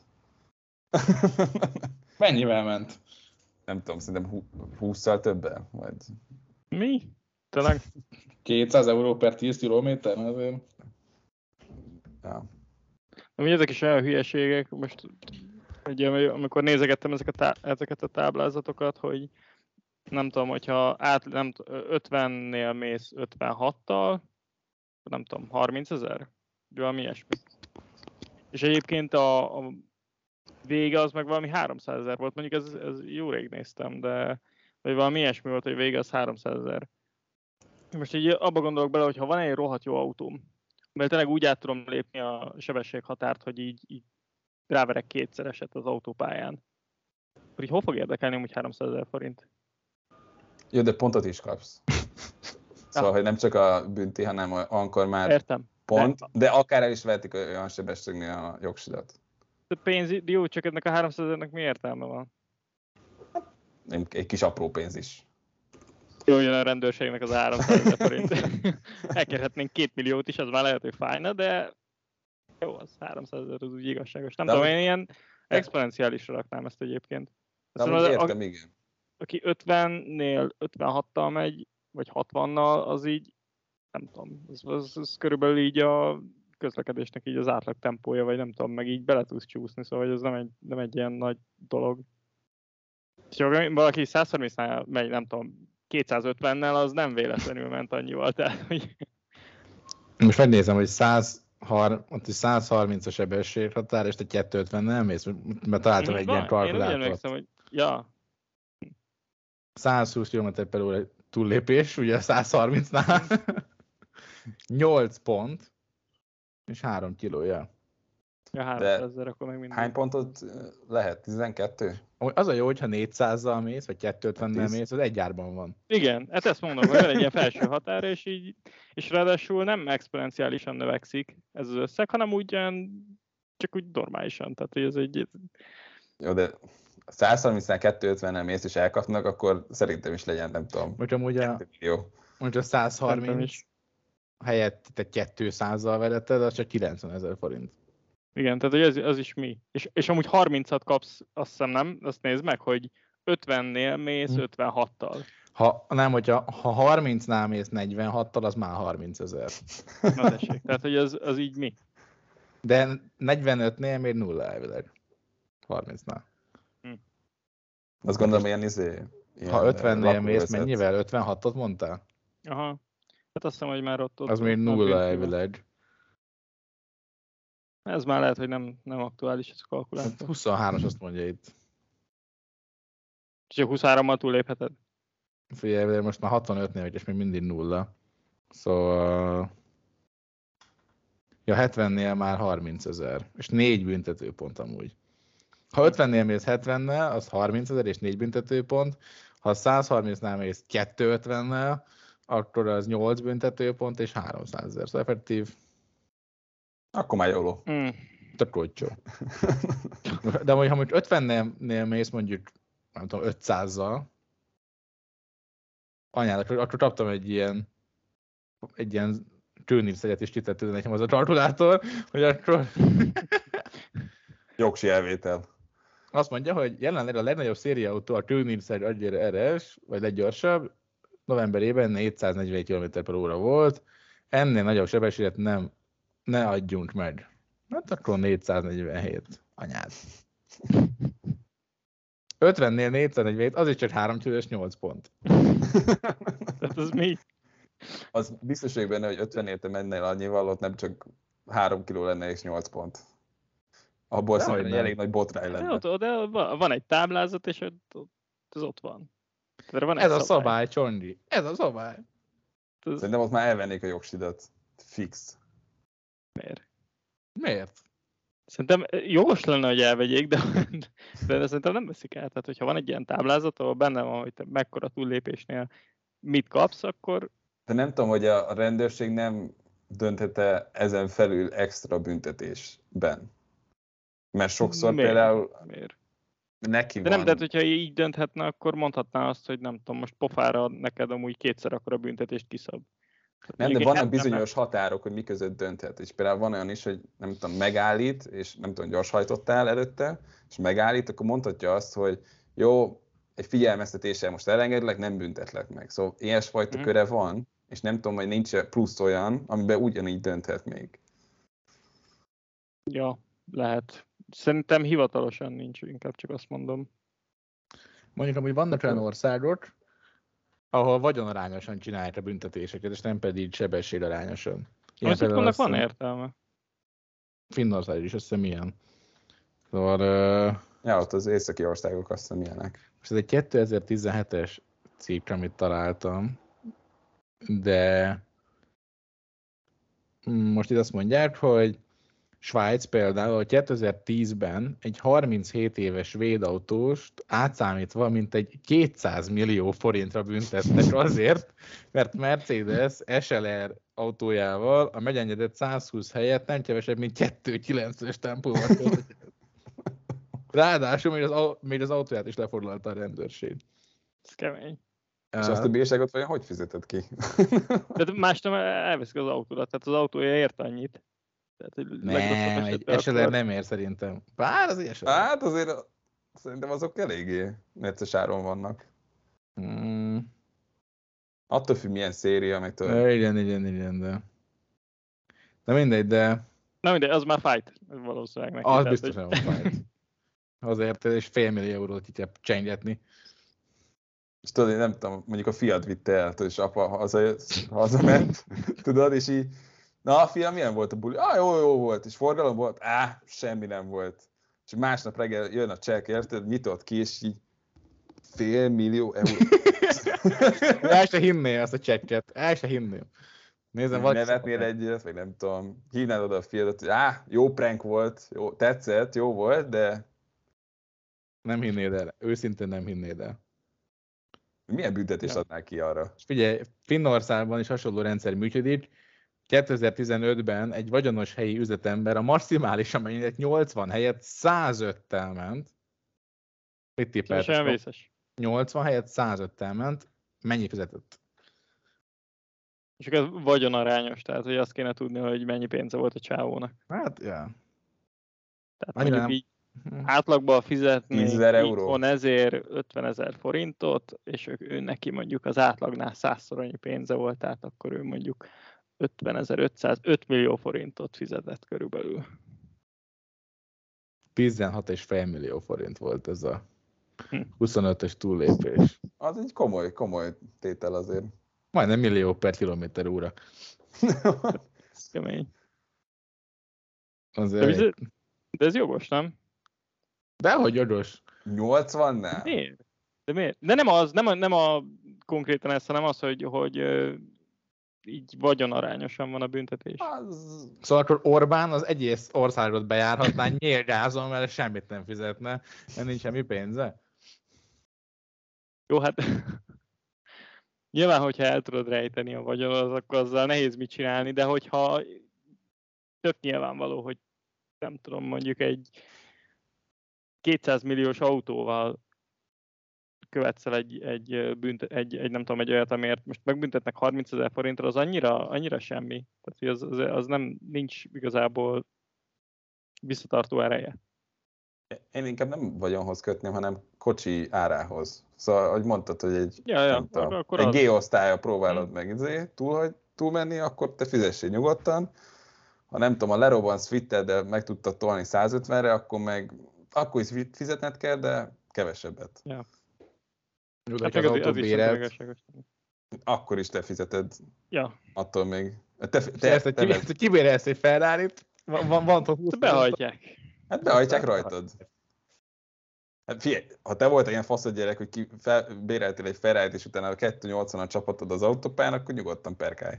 D: Mennyivel ment?
B: Nem tudom, szerintem hússzal többen, vagy...
A: Mi? Talán?
D: kétszáz euró per tíz kilométer? Azért.
B: Ja.
A: Ami ezek is olyan hülyeségek, most ugye, amikor nézegettem ezeket a, tá- ezeket a táblázatokat, hogy nem tudom, hogyha át, nem, ötvennél mész ötvenhattal, nem tudom, harmincezer? Valami ilyesmi. És egyébként a, a vége az meg valami háromszázezer volt, mondjuk ez, ez jó rég néztem, de vagy valami ilyesmi volt, hogy vége az háromszázezer. Most így abba gondolok bele, hogy ha van egy rohadt jó autóm, mert tényleg úgy át tudom lépni a sebességhatárt, hogy így, így ráverek kétszereset az autópályán, akkor így hol fog érdekelni úgy háromszázezer forint?
B: Jó, de pontot is kapsz. Szóval,
A: Ja.
B: hogy nem csak a bünti, hanem akkor már
A: Értem.
B: pont,
A: De,
B: de akár el is vehetik olyan sebességnél a jogsidat.
A: de pénz, jó, csak ennek a háromszázezernek mi értelme van?
B: Egy kis apró pénz is.
A: Jó, jön a rendőrségnek az háromszázezer forint. Elkérhetnénk két milliót is, az már lehet, hogy fájna, de jó, az háromszázezer az úgy igazságos. Nem
B: De
A: tudom,
B: hogy-
A: én ilyen exponenciálisra raknám ezt egyébként.
B: De amúgy értem, a, igen.
A: Aki ötvennél ötvenhattal megy, vagy hatvannal, az így, nem tudom, az, az, az körülbelül így a közlekedésnek így az átlag tempója, vagy nem tudom, meg így bele tudsz csúszni, szóval ez nem egy, nem egy ilyen nagy dolog. És ha valaki százharmincnál megy, nem tudom, kétszázötvennel, az nem véletlenül ment annyival, tehát, hogy...
D: Most megnézem, hogy száz harminc a sebességhatár, és te kétszázötvennel mész, mert találtam egy ilyen kalkulátort.
A: Hogy... Ja.
D: százhúsz kilométer per óra túllépés, ugye száz harmincnál. nyolc pont, és három kilója.
A: Ja, háromszázezer, akkor meg minden.
B: Hány pontot lehet? tizenkettő?
D: Az a jó, hogyha négyszázzal mész, vagy kétszázötvennel mész, az egy árban van.
A: Igen, hát ezt mondom, hogy van egy ilyen felső határ, és így, és ráadásul nem exponenciálisan növekszik ez az összeg, hanem úgy olyan, csak úgy normálisan, tehát hogy ez egy...
B: Jó, de száz harmincnál kétszázötvennel mész, és elkapnak, akkor szerintem is legyen, nem tudom.
D: Most amúgy a, most a száz harminc helyett te kétszázzal vedeted, az csak kilencvenezer forint.
A: Igen, tehát hogy ez, az is mi. És, és amúgy harmincat kapsz, azt hiszem nem, azt nézd meg, hogy ötvennél mész ötvenhattal.
D: Ha nem, hogyha ha harmincnál mész negyvenhattal, az már harmincezer.
A: Na tessék, tehát hogy az, az így mi?
D: De negyvenötnél még nulla elvileg. harmincnál.
B: Hm. Azt gondolom, ilyen izé... Ilyen
D: ha ötvennél mész, mennyivel? ötvenhatot mondtál?
A: Aha. Hát azt hiszem, hogy már ott... ott
D: az még nulla elvileg.
A: Ez már lehet, hogy nem, nem aktuális ez a kalkulátor.
D: huszonhármas azt mondja itt.
A: Csak huszonhárommal túllépheted?
D: Figyelj, most már hatvanötnél vagy, és még mindig nulla. Szóval... Ja, hetvennél már harmincezer. És négy büntetőpont amúgy. Ha ötvennél mész hetvennel, az harmincezer és négy büntetőpont. Ha száz harmincnál mész kétszázötvennel, akkor az nyolc büntetőpont és háromszázezer. Szóval effektív.
B: Akkor már jóló.
A: Mm.
D: Tök olcsó. De ha mondjuk ötvennél mész mondjuk, nem tudom, ötszázzal, anyának, akkor kaptam egy ilyen, egy ilyen tőnírszegyet is kitett nekem az a kalkulátor, hogy akkor...
B: Jogsi elvétel.
D: Azt mondja, hogy jelenleg a legnagyobb szériaautó a tőnírszegy agyér er es, vagy leggyorsabb, novemberében négyszáznegyven kilométer per óra volt, ennél nagyobb sebességet nem ne adjunk meg. Hát akkor négyszáznegyvenhét. Anyád. ötvennél négyszáznegyvenhét, az is csak három kilós nyolc pont.
A: Tehát az mi?
B: Az biztos vagyok benne, hogy ötvennél te mennél annyival, ott nem csak három kiló lenne és nyolc pont. Abból szerintem egy elég nagy botrány lenne.
A: De, de van egy táblázat, és ez ott van. van
D: Ez a szabály, Csondi. Ez a szabály.
A: Ez...
B: Szerintem ott már elvennék a jogsidat. Fix.
A: Miért?
D: Miért?
A: Szerintem jogos lenne, hogy elvegyék, de, de szerintem nem veszik el. Tehát, hogyha van egy ilyen táblázat, ahol benne van, hogy te mekkora túllépésnél mit kapsz, akkor...
B: De nem tudom, hogy a rendőrség nem dönthet-e ezen felül extra büntetésben. Mert sokszor
A: Miért?
B: például
A: Miért?
B: neki
A: de
B: van...
A: nem, tehát hogyha így dönthetne, akkor mondhatná azt, hogy nem tudom, most pofára neked amúgy kétszer akkora büntetést kiszab.
B: Nem, de vannak bizonyos határok, hogy mi között dönthet. És például van olyan is, hogy nem tudom, megállít, és nem tudom, gyorshajtottál előtte, és megállít, akkor mondhatja azt, hogy jó, egy figyelmeztetéssel most elengedlek, nem büntetlek meg. Szóval ilyesfajta mm. köre van, és nem tudom, hogy nincs plusz olyan, amiben ugyanígy dönthet még.
A: Ja, lehet. Szerintem hivatalosan nincs, inkább csak azt mondom.
D: Mondjuk, amúgy vannak olyan országok, ahol vagyonarányosan csinálják a büntetéseket, és nem pedig sebességarányosan.
A: Most itt vannak van értelme.
D: Finnország is, azt hiszem ilyen. Szóval... Uh...
B: Ja, ott az északi országok azt hiszem ilyenek.
D: És ez egy kétezer-tizenhetes cikk, amit találtam, de most itt azt mondják, hogy Svájc például kétezer-tízben egy harminchét éves svéd autóst átszámítva mintegy kétszáz millió forintra büntettek azért, mert Mercedes es el er autójával a megengedett százhúsz helyett nem kevesebb, mint kettő kilencvenes tempóval. Ráadásul még az, még az autóját is lefoglalta a rendőrség.
A: Ez kemény.
B: És azt a bírságot vajon hogy fizeted ki?
A: De más nem elveszik az autódat, tehát az autója ért annyit. Tehát,
D: nem, egy es el er nem ér szerintem. Bár az es el er.
B: Hát azért szerintem azok eléggé necces áron vannak.
D: Mm.
B: Attól függ, milyen széria, meg tudod.
D: Ja, igen, igen, igen, de... De mindegy, de...
A: Na mindegy, az már fight valószínűleg neki.
D: Az
A: tehát,
D: biztos
A: hogy...
D: nem fight. Azért és fél millió eurót így csengetni.
B: És tudod, én nem tudom, mondjuk a fiad vitte el, tudod, és apa haza, hazament, tudod, és így, na a fiam, milyen volt a buli? Ah, jó, jó volt, és forgalom volt? Á, semmi nem volt. És másnap reggel jön a csekk, érted, nyitott ki, és így fél millió euró.
D: El se hinné azt a csekket, el se hinném. Nézem, vagy
B: nevetnél egyet, vagy nem tudom, hívnád oda a fiadat, hogy á, jó prank volt, jó, tetszett, jó volt, de...
D: Nem hinnéd el, őszintén nem hinnéd el.
B: Milyen büntetést
D: Ja.
B: adnál ki arra?
D: És figyelj, Finnországban is hasonló rendszer működik. kétezer-tizenötben egy vagyonos helyi üzletember a maximális amennyit nyolcvan helyett százöttel ment. Mit tippeltek?
A: Sem vészes.
D: nyolcvan helyett százöttel ment. Mennyi fizetett?
A: És ez vagyonarányos, tehát hogy azt kéne tudni, hogy mennyi pénze volt a csávónak.
D: Hát, ja.
A: Tehát
D: Annyira
A: mondjuk
D: nem.
A: így átlagban fizetni
B: tízezer euró.
A: itthon ezért ötvenezer forintot, és ő, ő neki mondjuk az átlagnál százszor annyi pénze volt, tehát akkor ő mondjuk ötvenezer-ötszáz, öt millió forintot fizetett körülbelül.
D: tizenhat egész öt millió forint volt ez a
A: Hm.
D: huszonötös túllépés.
B: Az egy komoly, komoly tétel azért.
D: Majdnem millió per kilométer óra.
A: Ez kemény.
D: Az
A: De, ez, de ez jogos, nem?
D: Dehogy jogos.
B: nyolcvannál?
A: Miért? De miért? De nem az, nem a, nem a konkrétan ez, hanem az, hogy, hogy ö, így vagyonarányosan van a büntetés.
B: Az...
D: Szóval akkor Orbán az egész országot bejárhatná nyílgázon, mert semmit nem fizetne, mert nincs semmi pénze.
A: Jó, hát nyilván, hogyha el tudod rejteni a vagyonod, akkor azzal nehéz mit csinálni, de hogyha tök nyilvánvaló, hogy nem tudom, mondjuk egy kétszáz milliós autóval követsz el egy, egy, bűnt, egy, egy, nem tudom, egy olyat, amiért most megbüntetnek harmincezer forintra, az annyira, annyira semmi. Tehát az, az, az nem, nincs igazából visszatartó ereje.
B: Én inkább nem vagyonhoz kötném, hanem kocsi árához. Szóval, ahogy mondtad, hogy egy,
A: Ja, ja,
B: nem tudom,
A: akkor
B: egy
A: az.
B: G-osztálya próbálod
A: Hmm.
B: meg izé, túl, hogy túlmenni, akkor te fizessél nyugodtan. Ha nem tudom, a lerobbansz Twitteddel meg tudtad tolni százötvenre, akkor meg akkor is fizetned kell, de kevesebbet.
A: Ja.
D: Jó, de
A: Hát
D: hát
A: meg
D: az
A: az, az is
D: autóbéret,
A: igazságos.
B: Akkor is te fizeted,
A: Ja,
B: attól még. Te, te,
D: te, ezt,
B: te,
D: te, te kibérelsz egy Ferrarit, van, van, van
A: de behajtják.
B: hát behajtják rajtad. Hát figyelj, ha te voltál ilyen faszod gyerek, hogy ki, fel, béreltél egy Ferrarit, és utána a kettő nyolcvan a csapatod az autópályán, akkor nyugodtan perkálj.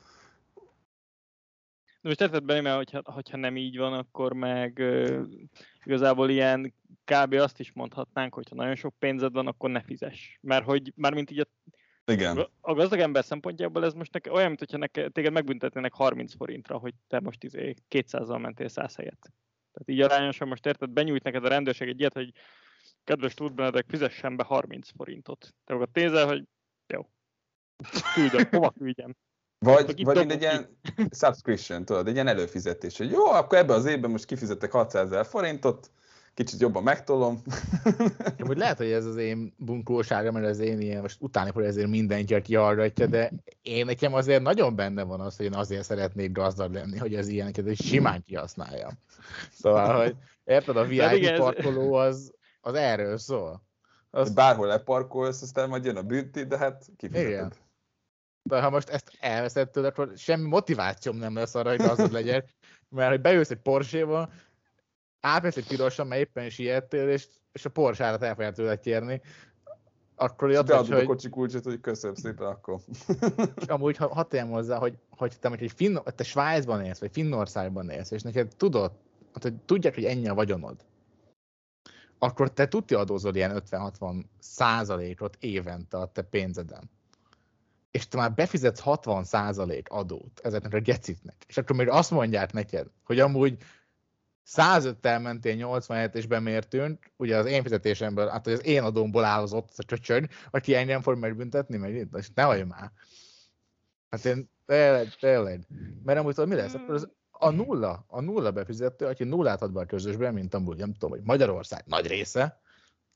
A: De most érted bele, mert hogyha, hogyha nem így van, akkor meg uh, igazából ilyen kb. Azt is mondhatnánk, hogyha nagyon sok pénzed van, akkor ne fizess. Mert hogy mármint így a,
B: Igen.
A: a gazdag ember szempontjából ez most neke, olyan, mint hogyha neke, téged megbüntetnének harminc forintra, hogy te most izé kétszázzal mentél száz helyet. Tehát így arányosan most érted, benyújt neked a rendőrség egy ilyet, hogy kedves Tóth Benedek, fizessen be harminc forintot. Te akkor tézel, hogy jó, küldöm, hova küldjem.
B: Vagy, vagy mint egy ilyen subscription, tudod, egy ilyen előfizetés, hogy jó, akkor ebben az évben most kifizettek hatszázezer forintot, kicsit jobban megtolom.
D: Hogy lehet, hogy ez az én bunkósága, mert az én ilyen, most utáni, hogy ezért mindenki, aki hallgatja, de én nekem azért nagyon benne van az, hogy én azért szeretnék gazdag lenni, hogy az ilyeneket egy simán kihasználjam. Szóval, hogy érted, a vé i pé parkoló az, az erről szól.
B: Az... Bárhol leparkolsz, aztán majd jön a bünti, de hát kifizeted.
D: Igen. De ha most ezt elveszed tőle, akkor semmi motivációm nem lesz arra, hogy gazdag legyen, mert hogy beülsz egy Porsche-ba, átmész egy pirosan, mert éppen siettél, és, és a Porsche-árat el fogják tőle kérni, akkor ott
B: beadod
D: hogy...
B: a kocsi kulcsot, hogy köszönöm szépen, akkor.
D: És amúgy ha tegyem hozzá, hogy, hogy te, hogy Finn, te Svájcban élsz, vagy Finnországban élsz, és neked tudod, hogy tudják, hogy ennyi a vagyonod, akkor te tudja adózod ilyen ötven-hatvan százalékot évente a te pénzeden. És te már befizetsz hatvan százalék adót ezeknek a geciknek. És akkor még azt mondják neked, hogy amúgy százöttel mentél nyolcvanhét és bemértünk, ugye az én fizetésemből, hát az én adómból áll az ott a csöcsög, aki engem fog megbüntetni, meg itt, és ne hallj már. Hát én tényleg, tényleg. Mert amúgy tudod, mi lesz? Akkor az a nulla, a nulla befizető, aki nullát ad be a közösbe, mint amúgy, nem tudom, hogy Magyarország nagy része,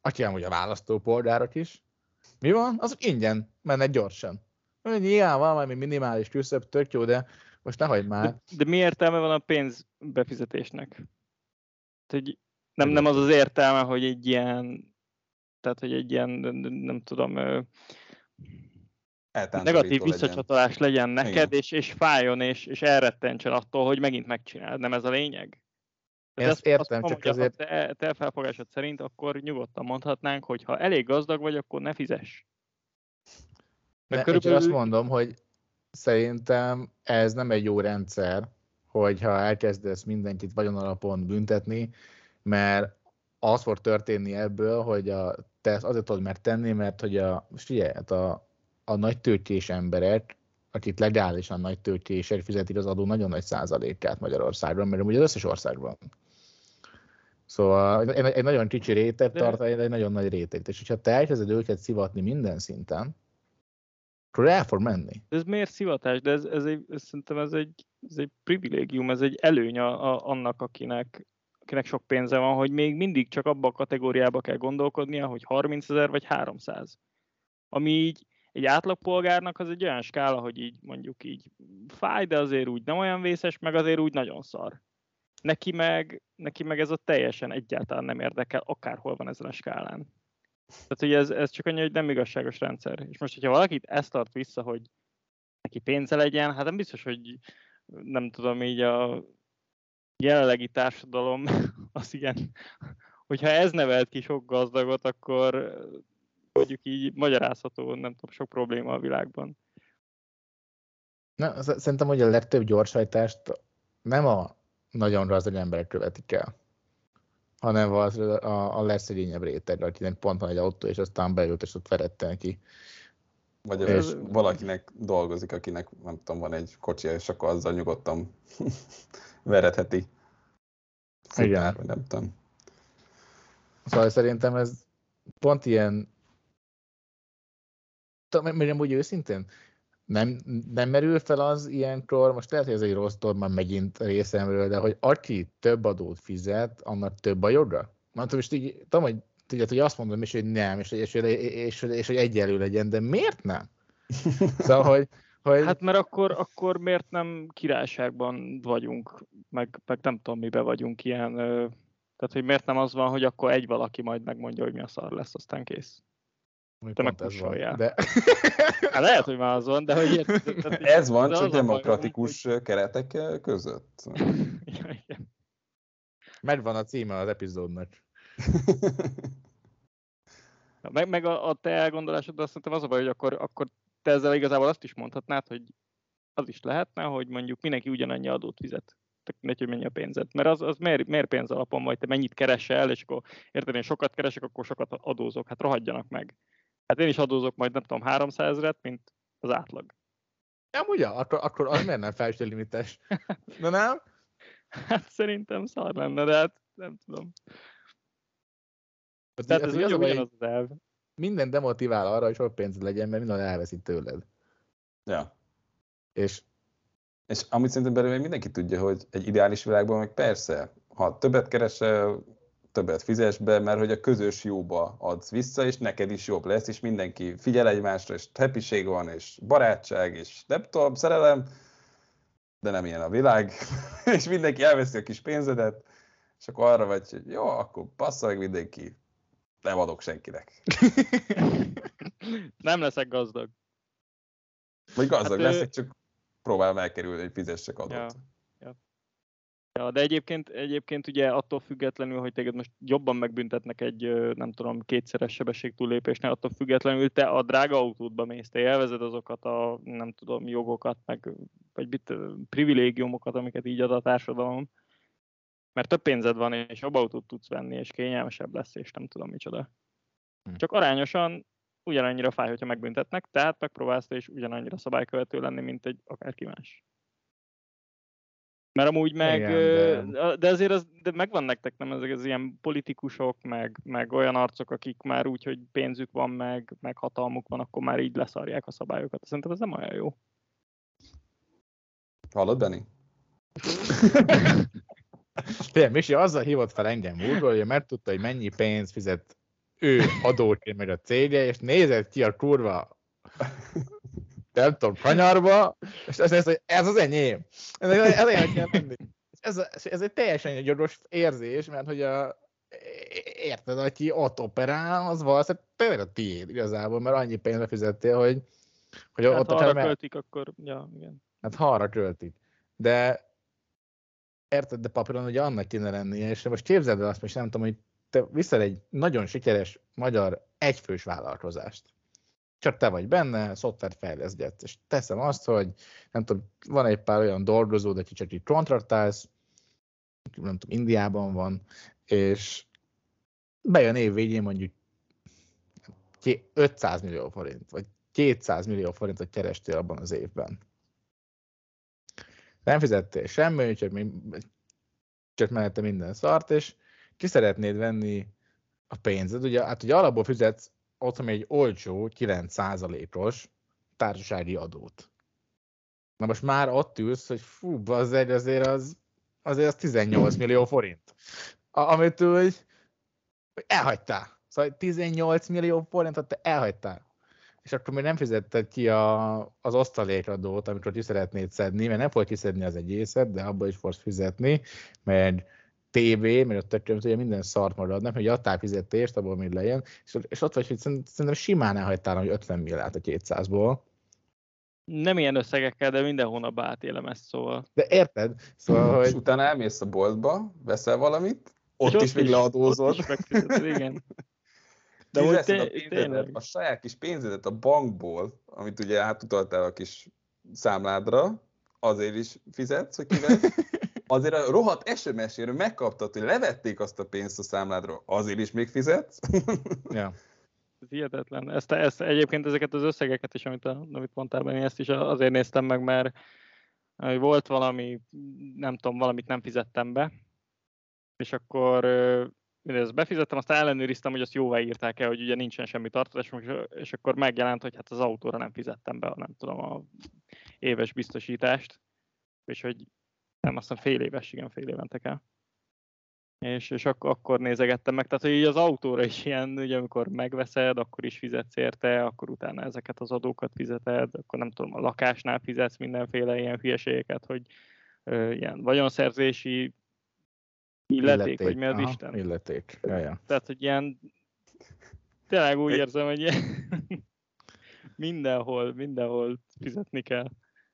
D: aki amúgy a választópolgárok is. Mi van? Azok ingyen mennek gyorsan. Nyilván van valami minimális küszöb, tök jó, de most ne hagyd már.
A: De, de mi értelme van a pénz befizetésnek? Tehát, nem, nem az az értelme, hogy egy ilyen, tehát hogy egy ilyen, nem tudom, negatív visszacsatolás legyen, legyen neked, és, és fájjon, és, és elrettentsen attól, hogy megint megcsináld. Nem ez a lényeg?
D: Ezt, ezt értem,
A: azt,
D: csak
A: mondja,
D: azért...
A: Ha te, te felfogásod szerint, akkor nyugodtan mondhatnánk, hogy ha elég gazdag vagy, akkor ne fizess.
D: Ne, körülbelül... Én azt mondom, hogy szerintem ez nem egy jó rendszer, hogyha elkezdesz mindenkit vagyonalapon büntetni, mert az fog történni ebből, hogy a, te ezt azért tudod mert tenni, mert hogy a, figyelj, a, a nagy tőkés emberek, akik legálisan nagy tőkések fizetik az adó nagyon nagy százalékát Magyarországon, mert ugye az összes országban. Szóval egy, egy nagyon kicsi réteg tart, egy, egy nagyon nagy réteg. És hogyha te elkezded őket szivatni minden szinten, akkor el fog menni.
A: De ez miért szivatás? De ez, ez egy, ez, szerintem ez egy, ez egy privilégium, ez egy előny a, a, annak, akinek, akinek sok pénze van, hogy még mindig csak abba a kategóriába kell gondolkodnia, hogy harmincezer vagy háromszáz. Ami így egy átlagpolgárnak az egy olyan skála, hogy így mondjuk így fáj, de azért úgy nem olyan vészes, meg azért úgy nagyon szar. Neki meg, neki meg ez ott teljesen egyáltalán nem érdekel, akárhol van ezen a skálán. Tehát, hogy ez, ez csak annyi, hogy nem igazságos rendszer. És most, hogyha valakit ezt tart vissza, hogy neki pénze legyen, hát nem biztos, hogy nem tudom, így a jelenlegi társadalom, az igen, hogyha ez nevelt ki sok gazdagot, akkor mondjuk így magyarázható, nem tudom, sok probléma a világban.
D: Na, szerintem, hogy a legtöbb gyorshajtást nem a nagyon gazdag emberek követik el, hanem az a, a legszegényebb réteg, akinek pont van egy autó, és aztán beült, és ott feredten ki.
B: Vagy és... valakinek dolgozik, akinek nem tudom, van egy kocsi, és akkor azzal nyugodtan veredheti.
D: Igen.
B: Vagy nem tudom.
D: Szóval szerintem ez pont ilyen, mert úgy őszintén, nem, nem merül fel az ilyenkor, most lehet, hogy ez egy rossz dolog már megint részemről, de hogy aki több adót fizet, annak több a joga? Mondtam, és így, tudom, hogy, tudját, hogy azt mondom is, hogy nem, és, és, és, és, és hogy egyenlő legyen, de miért nem? Szóval, hogy, hogy...
A: Hát mert akkor, akkor miért nem királyságban vagyunk, meg, meg nem tudom, miben vagyunk ilyen, tehát hogy miért nem az van, hogy akkor egy valaki majd megmondja, hogy mi a szar lesz, aztán kész. Te meg kussoljál. De... Hát lehet, hogy már az van, de hogy érted?
B: Ez van, csak demokratikus baj, keretek között.
A: Ja, igen.
D: Megvan a címe az epizódnak.
A: meg, meg a, a te elgondolásod, azt szerintem az a baj, hogy akkor, akkor te ezzel igazából azt is mondhatnád, hogy az is lehetne, hogy mondjuk mindenki ugyanannyi adót fizet. Tök mindegy, hogy mennyi a pénzed. Mert az, az miért, miért pénz alapon vagy, te mennyit keresel, és akkor érted, én sokat keresek, akkor sokat adózok. Hát rohadjanak meg. Hát én is adózok majd, nem tudom, háromszázezret, mint az átlag.
D: Nem ugye? Akkor, akkor az miért nem felső limites? De nem?
A: Hát szerintem szar lenne, de hát nem tudom.
D: Az
A: Tehát
D: az
A: ez ugyanaz ugyan az elv.
D: Minden demotivál arra, hogy sok pénzed legyen, mert minden elveszik tőled.
B: Ja.
D: És,
B: és amit szerintem belőle mindenki tudja, hogy egy ideális világban meg persze, ha többet keresel, többet fizes be, mert hogy a közös jóba adsz vissza, és neked is jobb lesz, és mindenki figyel egymásra, és happység van, és barátság, és nem tudom, szerelem, de nem ilyen a világ, és mindenki elveszi a kis pénzedet, és akkor arra vagy, hogy jó, akkor bassza meg mindenki, nem adok senkinek.
A: Nem leszek gazdag.
B: Vagy gazdag hát, leszek, csak próbálom elkerülni, hogy fizessek adót.
A: Ja, ja. Ja, de egyébként, egyébként ugye attól függetlenül, hogy téged most jobban megbüntetnek egy, nem tudom, kétszeres sebességtúllépésnél, attól függetlenül te a drága autódba mész, te élvezed azokat a, nem tudom, jogokat, meg vagy mit, privilégiumokat, amiket így ad a társadalom. Mert több pénzed van, és jobb autót tudsz venni, és kényelmesebb lesz, és nem tudom micsoda. Csak arányosan ugyanannyira fáj, hogyha megbüntetnek, tehát megpróbálsz te is ugyanannyira szabálykövető lenni, mint egy akárki más. Mert amúgy meg, igen, de... de azért az, de megvan nektek nem ezek az ilyen politikusok, meg, meg olyan arcok, akik már úgy, hogy pénzük van, meg, meg hatalmuk van, akkor már így leszarják a szabályokat. Szerintem ez nem olyan jó.
B: Hallod, Benni?
D: Tényleg, Misi azzal hívott fel engem úrról, hogy mert tudta, hogy mennyi pénzt fizet ő adóként megy a cége, és nézett ki a kurva nem tudom, kanyarba, és azt mondja, hogy ez az enyém. Ez, ez, ez, kell lenni. Ez, ez egy teljesen gyoros érzés, mert hogy a, érted, aki ott operál, az valószínűleg tényleg a tiéd igazából, mert annyi pénzre fizettél, hogy, hogy
A: hát
D: ott
A: ha
D: akár,
A: arra
D: mert,
A: költik, akkor ja, igen.
D: hát ha arra költik. De érted, de papíron ugye annak kéne lennie, és most képzeld el azt, most nem tudom, hogy te viszel egy nagyon sikeres magyar egyfős vállalkozást. Csak te vagy benne, szoftvert fejleszgetsz, és teszem azt, hogy nem tudom, van egy pár olyan dolgozód, aki csak így kontraktálsz, nem tudom, Indiában van, és bejön év végén mondjuk ötszáz millió forint, vagy kétszáz millió forintot kerestél abban az évben. Nem fizettél semmi, csak, még, csak mellette minden szart, és ki szeretnéd venni a pénzed. Ugye, hát ugye alapból fizetsz otthon egy olcsó, kilenc százalékos társasági adót. Na most már ott ülsz, hogy fú, azért azért az, azért az tizennyolc millió forint. Amit úgy elhagytál. Szóval tizennyolc millió forintot te elhagytál. És akkor még nem fizetted ki a, az osztalékadót, amikor ki szeretnéd szedni, mert nem fogod kiszedni az egészet, de abból is fogsz fizetni, mert té vé, mert ott ugye minden szart maradnak, hogy adtál fizetést, abból még lejön, és, és ott vagy, hogy szerintem simán elhagytál, hogy ötven milliárd a kétszázból.
A: Nem ilyen összegekkel, de minden hónapban átélem ezt, szóval.
D: De érted? Szóval, hogy...
B: És utána elmész a boltba, veszel valamit, ott,
A: ott
B: is még leadózod.
A: Ott is megfizeted, igen.
B: De hogy te, a, pénzedet, a saját kis pénzedet a bankból, amit ugye átutaltál a kis számládra, azért is fizetsz, hogy kivett. Azért a rohadt es em es-éről megkaptad, hogy levették azt a pénzt a számládról, azért is még fizetsz.
D: Ja.
A: Ez hihetetlen. Ezt, ezt, egyébként ezeket az összegeket is, amit, a, amit mondtál, én ezt is azért néztem meg, mert volt valami, nem tudom, valamit nem fizettem be, és akkor ezt befizettem, aztán ellenőriztem, hogy azt jóvá írták el, hogy ugye nincsen semmi tartozás, és akkor megjelent, hogy hát az autóra nem fizettem be, nem tudom, a éves biztosítást, és hogy nem, azt hiszem fél éves, igen, fél évente kell. És, és ak- akkor nézegettem meg, tehát hogy így az autóra is ilyen, ugye amikor megveszed, akkor is fizetsz érte, akkor utána ezeket az adókat fizeted, akkor nem tudom, a lakásnál fizetsz mindenféle ilyen hülyeségeket, hogy ö, ilyen vagyonszerzési illeték, illeték, vagy mi az
D: aha,
A: Isten?
D: Illeték, jaja.
A: Tehát, hogy ilyen, tényleg úgy érzem, hogy ilyen, mindenhol, mindenhol fizetni kell.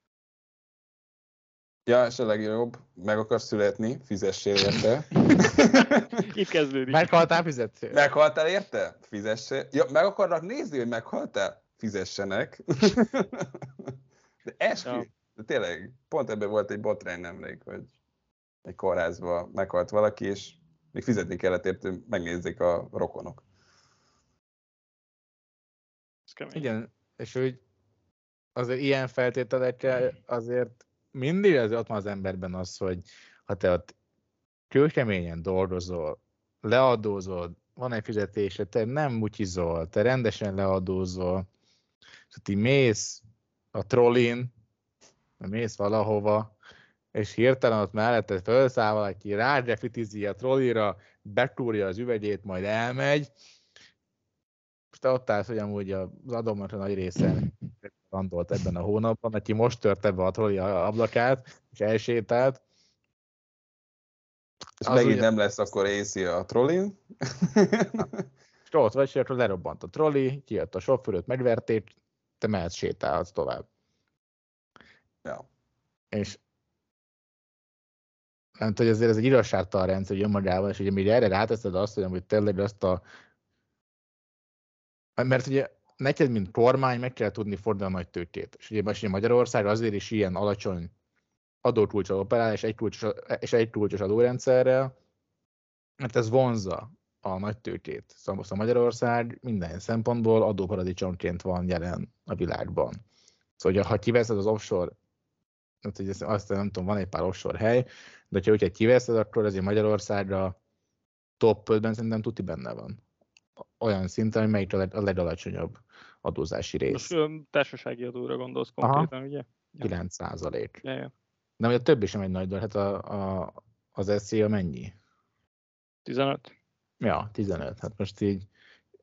B: Ja, és a legjobb, meg akarsz születni, fizessél érte.
A: Itt kezdődik.
D: Meghaltál, fizettél?
B: Meghaltál érte? Fizessél. Ja, meg akarnak nézni, hogy meghaltál? Fizessenek. De eskü, ja. De tényleg, pont ebben volt egy botrány nemrég, hogy egy kórházban meghalt valaki, és még fizetni kellett érte, megnézzék a rokonok.
D: Igen, és úgy azért ilyen feltételekkel azért mindig azért ott van az emberben az, hogy ha te ott kőkeményen dolgozol, leadózol, van egy fizetése, te nem mutyizol, te rendesen leadózol, és ti mész a trollin, mész valahova, és hirtelen ott melletted felszáll valaki, rágyefitizi a trollira, betúrja az üvegét, majd elmegy, és te ott állsz, hogy amúgy az adómnak a nagy része randolt ebben a hónapban, aki most törte be a trolli ablakát, és elsétált.
B: És az megint ugye... nem lesz akkor észi a trollin.
D: És ott vagy, és akkor lerobbant a trolli, kijött a sofőröt, megverték, te mehetsz, sétálhatsz tovább.
B: Ja.
D: És nem tudom, hogy azért ez egy igazságtalan rendszer, hogy önmagában, és ugye még erre ráteszed azt, hogy amúgy tényleg azt a... Mert ugye neked, mint kormány, meg kell tudni fordulni a nagy tőkét. És ugye most Magyarország azért is ilyen alacsony adókulcsal operál, és egy kulcsos, és egy kulcsos adórendszerrel, mert ez vonzza a nagy tőkét. Szóval most a Magyarország minden szempontból adóparadicsomként van jelen a világban. Szóval, ha kiveszed az offshore, azt nem tudom, van egy pár offshore hely, de ha úgy kiveszed, akkor azért Magyarországra top ötben szerintem tuti benne van. Olyan szinten, hogy melyik a legalacsonyabb adózási rész.
A: Most társasági adóra gondolsz konkrétan, aha, ugye?
D: kilenc százalék.
A: Ja, ja.
D: De ugye a többi sem egy nagy dolog, hát a, a, az es zé a mennyi?
A: tizenöt.
D: Ja, tizenöt. Hát most így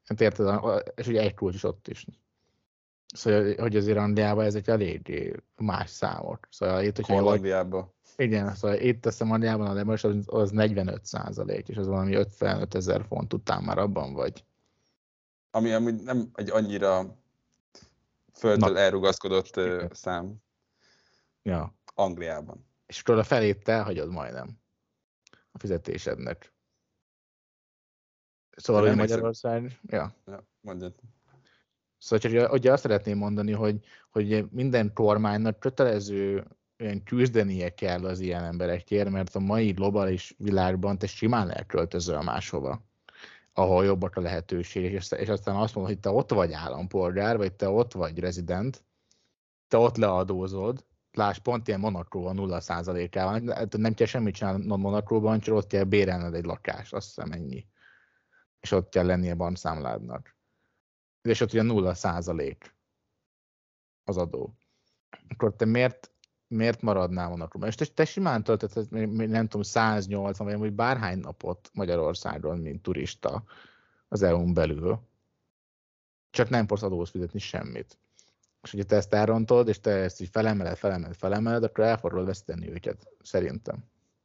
D: Hát érted, és ugye egy kulcs is ott is. Szóval, hogy azért Angliában ezek eléggé más számok. Szóval itt, hogyha
B: Hollandiában.
D: Igen, szóval itt teszem Angliában a lemös, az, az negyvenöt százalék, és az valami ötvenöt ezer font után már abban vagy.
B: Ami, ami nem egy annyira földtől Na. elrugaszkodott uh, szám.
D: Ja.
B: Angliában.
D: És akkor a felét te elhagyod majdnem a fizetésednek. Szóval, hogy Magyarország... Ja.
B: ja mondjad.
D: Szóval csak ugye azt szeretném mondani, hogy, hogy minden kormánynak kötelező olyan küzdenie kell az ilyen emberekért, mert a mai globális világban te simán elköltözöl máshova, ahol jobbak a lehetőségek, és, és aztán azt mondod, hogy te ott vagy állampolgár, vagy te ott vagy rezident, te ott leadózod, lásd, pont ilyen Monacóban nulla százalékával, nem kell semmit csinálnod Monacóban, csak ott kell bérelned egy lakást, azt hiszem ennyi. És ott kell lennie bankszámládnak. És ott ugye nulla százalék az adó. Akkor te miért, miért maradnál Monacóban? És te, te simán töltesz, nem tudom, száznyolcvan, vagy bárhány napot Magyarországon, mint turista az é u-n belül. Csak nem fogsz adóhoz fizetni semmit. És hogyha te ezt elrontod, és te ezt így felemeled, felemeled, felemeled, akkor el fogod veszteni őket, szerintem.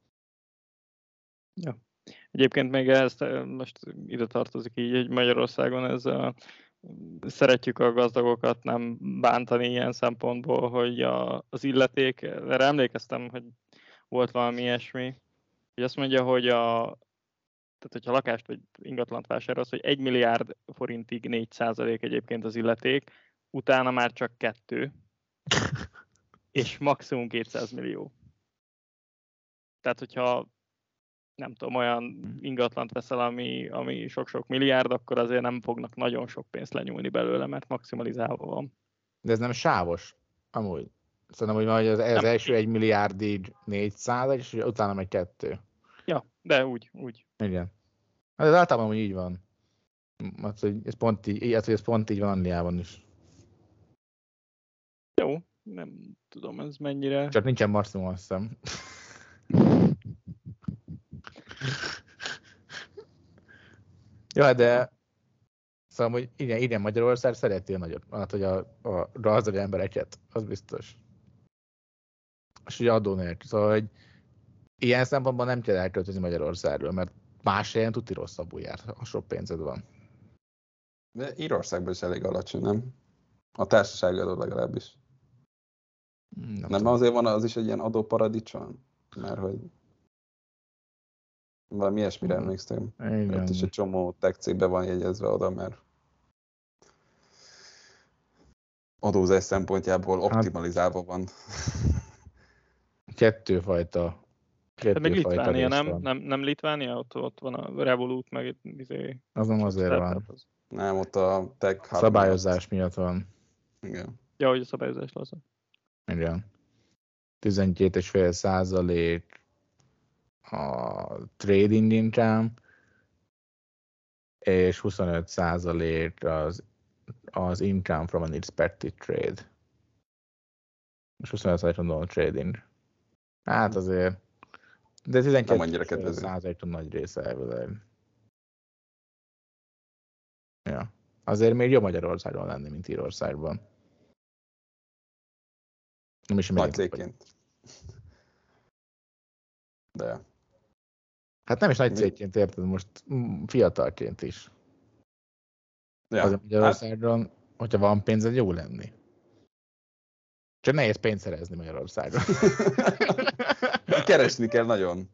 A: Ja. Egyébként még ezt most ide tartozik így, hogy Magyarországon ez a, szeretjük a gazdagokat nem bántani ilyen szempontból, hogy a, az illeték, erre emlékeztem, hogy volt valami ilyesmi, hogy azt mondja, hogy a, tehát hogyha lakást vagy ingatlant vásárolsz, hogy egy milliárd forintig négy százalék egyébként az illeték, utána már csak kettő, és maximum kétszáz millió. Tehát, hogyha nem tudom, olyan ingatlant veszel, ami, ami sok-sok milliárd, akkor azért nem fognak nagyon sok pénzt lenyúlni belőle, mert maximalizálva van.
D: De ez nem sávos, amúgy. Szerintem, hogy az, az első egy milliárdig négyszáz, és utána meg kettő.
A: Ja, de úgy, úgy.
D: Igen. Hát ez általában úgy így van. Hát, hogy ez pont így, hát, hogy ez pont így van Angliában is.
A: Jó, nem tudom, ez mennyire...
D: Csak nincsen maximum, azt hiszem. Ja, de szóval, hogy igen, igen, Magyarország szereti a nagyobb, hát, hogy a, a gazdag embereket, az biztos. És ugye adó nélkül, szóval, hogy ilyen szempontban nem kell elköltözni Magyarországról, mert más helyen tuti rosszabbul jár, ha sok pénzed van.
B: De Írországban is elég alacsony, nem? A társasági adó legalábbis. Nem, nem azért van az is egy ilyen adóparadicsom? Mert hogy valami ilyesmire emlékszem. Ott is egy csomó tech cégbe van jegyezve oda, mert adózás szempontjából optimalizálva van.
D: Kettőfajta.
A: De még Litvánia, nem? nem? Nem Litvánia? Ott, ott van a Revolut, meg izé...
D: Az nem azért van.
B: Az. Nem, ott a tech hub
D: szabályozás miatt van.
B: Igen.
A: Ja, hogy a szabályozás lazza.
D: Igen. tizenkét egész öt százalék a trading income, és huszonöt százalék az, az income from an expected trade. És huszonöt százalék a trading. Hát azért, de tizenkét százalék a nagy része elvileg. Ja. Azért még jobb Magyarországon lenni, mint Írországban. Nem is
B: nagy cégként. De...
D: Hát nem is nagy cégként, érted, most fiatalként is. Ja. Azért Magyarországon, hát... hogyha van pénzed, jó lenni. Csak nehéz pénzt szerezni Magyarországon.
B: Keresni kell nagyon.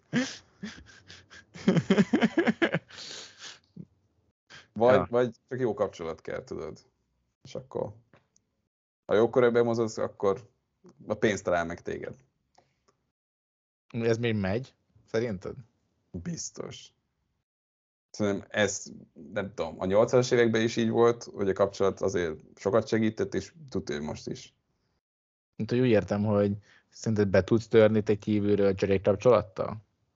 B: Vagy, ja. vagy csak jó kapcsolat kell, tudod. És akkor, ha jókor bemozogsz, akkor a pénz talál meg téged.
D: Ez még megy, szerinted?
B: Biztos. Szerintem ez, nem tudom, a nyolcvanas években is így volt, hogy a kapcsolat azért sokat segített, és tudja most is.
D: Mint hogy úgy értem, hogy szerinted be tudsz törni te kívülről csak egy kapcsolattal?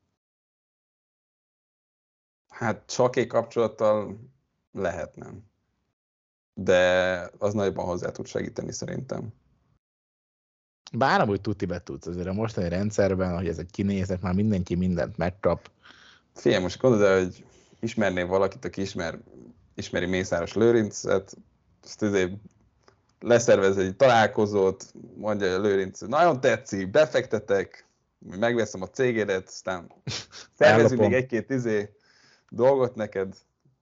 B: Hát csak egy kapcsolattal lehet, nem. De az nagyban hozzá tud segíteni szerintem.
D: Bár amúgy tuti be tudsz azért a mostani rendszerben, hogy ezek kinéznek, már mindenki mindent megkap.
B: Figyelj, most gondolod el, hogy ismernél valakit, aki ismer ismeri Mészáros Lőrincet, ezt azért leszervez egy találkozót, mondja a Lőrinc, nagyon tetszik, befektetek, megveszem a cégédet, aztán szervezünk még egy-két izé dolgot neked.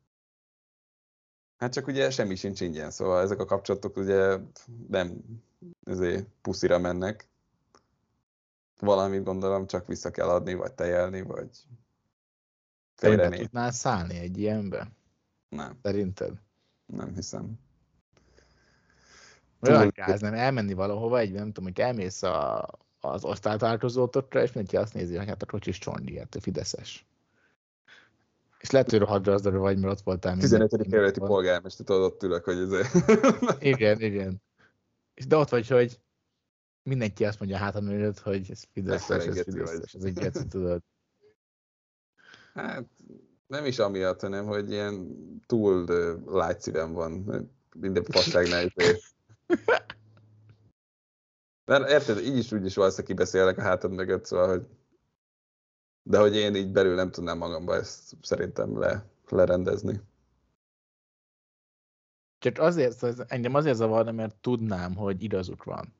B: Hát csak ugye semmi sincs ingyen, szóval ezek a kapcsolatok ugye nem ezért puszira mennek. Valamit gondolom csak vissza kell adni, vagy tejelni, vagy
D: félrenézni. Te tudnál szállni egy ilyenbe?
B: Nem.
D: Szerinted?
B: Nem hiszem.
D: Olyan gáz, nem elmenni valahova, egy nem tudom, hogy elmész a, az osztálytalálkozótokra, és mindenki azt nézi, hogy hát a kocsis csondi, hát a fideszes. És lehet, hogy rohadrazdarra vagy, mert ott voltál.
B: tizenötödik kerületi polgármester, tudod, ott ülök, hogy ez...
D: Igen, igen. És de ott vagy, hogy mindenki azt mondja hátam előtt, hogy ez fideszes, ez fideszes, ez egy geci, tudod.
B: Hát nem is amiatt, hanem hogy ilyen túl light szívem van. Minden fasságnál is. Mert érted, így is úgy is valószínűleg kibeszélek a hátad mögött, szóval, hogy... De hogy én így belül nem tudnám magamba ezt szerintem le, lerendezni.
D: Csak azért, engem azért zavarna, mert tudnám, hogy igazuk van.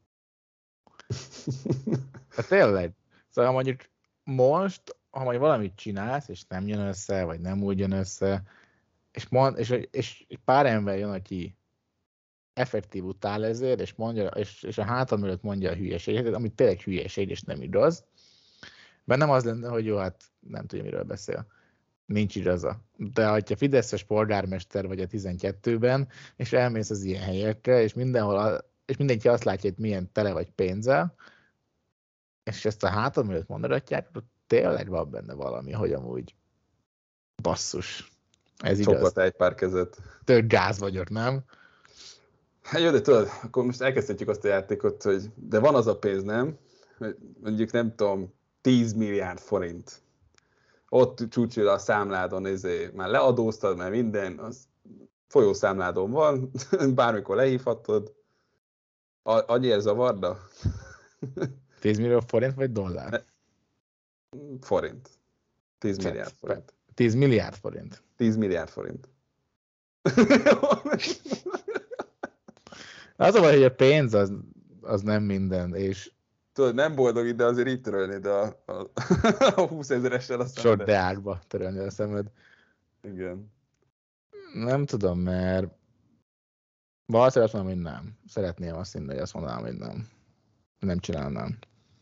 D: Hát tényleg. Szóval mondjuk most, ha majd valamit csinálsz, és nem jön össze, vagy nem úgy jön össze, és, mond, és, és pár ember jön, aki effektív utál ezért, és, mondja, és, és a hátad mögött mondja a hülyeséget, amit tényleg hülyeség, és nem igaz. Bennem az lenne, hogy jó, hát nem tudja, miről beszél. Nincs igaza. De ha fideszes polgármester vagy a tizenkettőben, és elmész az ilyen helyekre, és mindenhol, és mindenki azt látja, hogy milyen tele vagy pénzzel, és ezt a hátad mögött mondogatják, akkor tényleg van benne valami, hogy amúgy basszus. Ez igaz.
B: Csoport egy pár kezet.
D: Tök gáz vagyok, nem?
B: Hát jó, de tudod, akkor most elkezdhetjük azt a játékot, hogy de van az a pénz, nem? Mondjuk nem tudom, tíz milliárd forint. Ott csúcsil a számládon, ezért már leadóztad, mert minden, az folyószámládon van, bármikor lehívhatod. Annyiért zavarda?
D: tíz millió forint vagy dollár?
B: Forint. tíz milliárd forint.
D: tíz milliárd forint.
B: tíz milliárd forint.
D: Az a baj, hogy a pénz az, az nem minden, és
B: tudod, nem boldog, de azért így törölnéd a, a, a húszezeressel a szemed.
D: Sor deákba törölni a szemed.
B: Igen.
D: Nem tudom, mert valószínűleg azt mondom, hogy nem. Szeretném azt hinni, hogy azt mondanám, hogy nem. Nem csinálnám.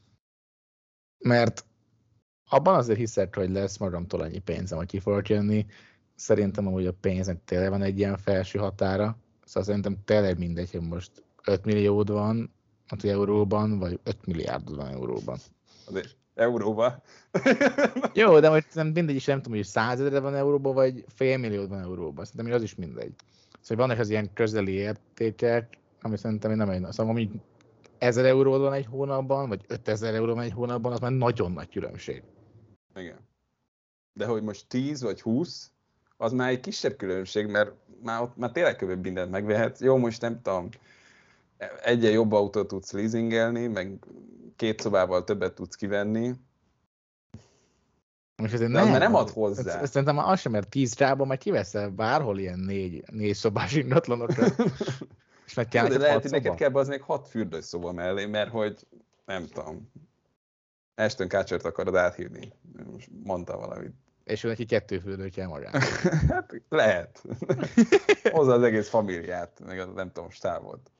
D: Mert abban azért hiszek, hogy lesz magamtól annyi pénzem, hogy ki fogok jönni. Szerintem amúgy a pénznek tényleg van egy ilyen felső határa. Szóval szerintem tényleg mindegy, hogy most öt milliód van, hát euróban, vagy öt milliárdod van euróban.
B: Azért euróban?
D: Jó, de most mindegy is, nem tudom, hogy százezre van euróban, vagy fél milliód van euróban. Szerintem az is mindegy. Szóval vannak az ilyen közeli értékek, ami szerintem nem egy... Szóval amíg ezer euród van egy hónapban, vagy ötezer euró van egy hónapban, az már nagyon nagy különbség.
B: Igen. De hogy most tíz vagy húsz, az már egy kisebb különbség, mert már, ott, már tényleg kövebb mindent megvehet. Jó, most nem tudom, egyen jobb autót tudsz leasingelni, meg két szobával többet tudsz kivenni.
D: Most ez nem,
B: nem, nem ad hozzá.
D: Ez, szerintem az sem, mert tíz rában majd kiveszel bárhol ilyen négy, négy szobás ingatlanokra. És meg kell,
B: de lehet, hogy neked kell az még hat fürdőszoba mellé, mert hogy nem tudom, Ashton Kutchert akarod áthívni. Most mondtam valamit.
D: És ő neki kettő fürdő kell magát.
B: Hát lehet. Hozzá az egész familiát, meg az nem tudom, stábot.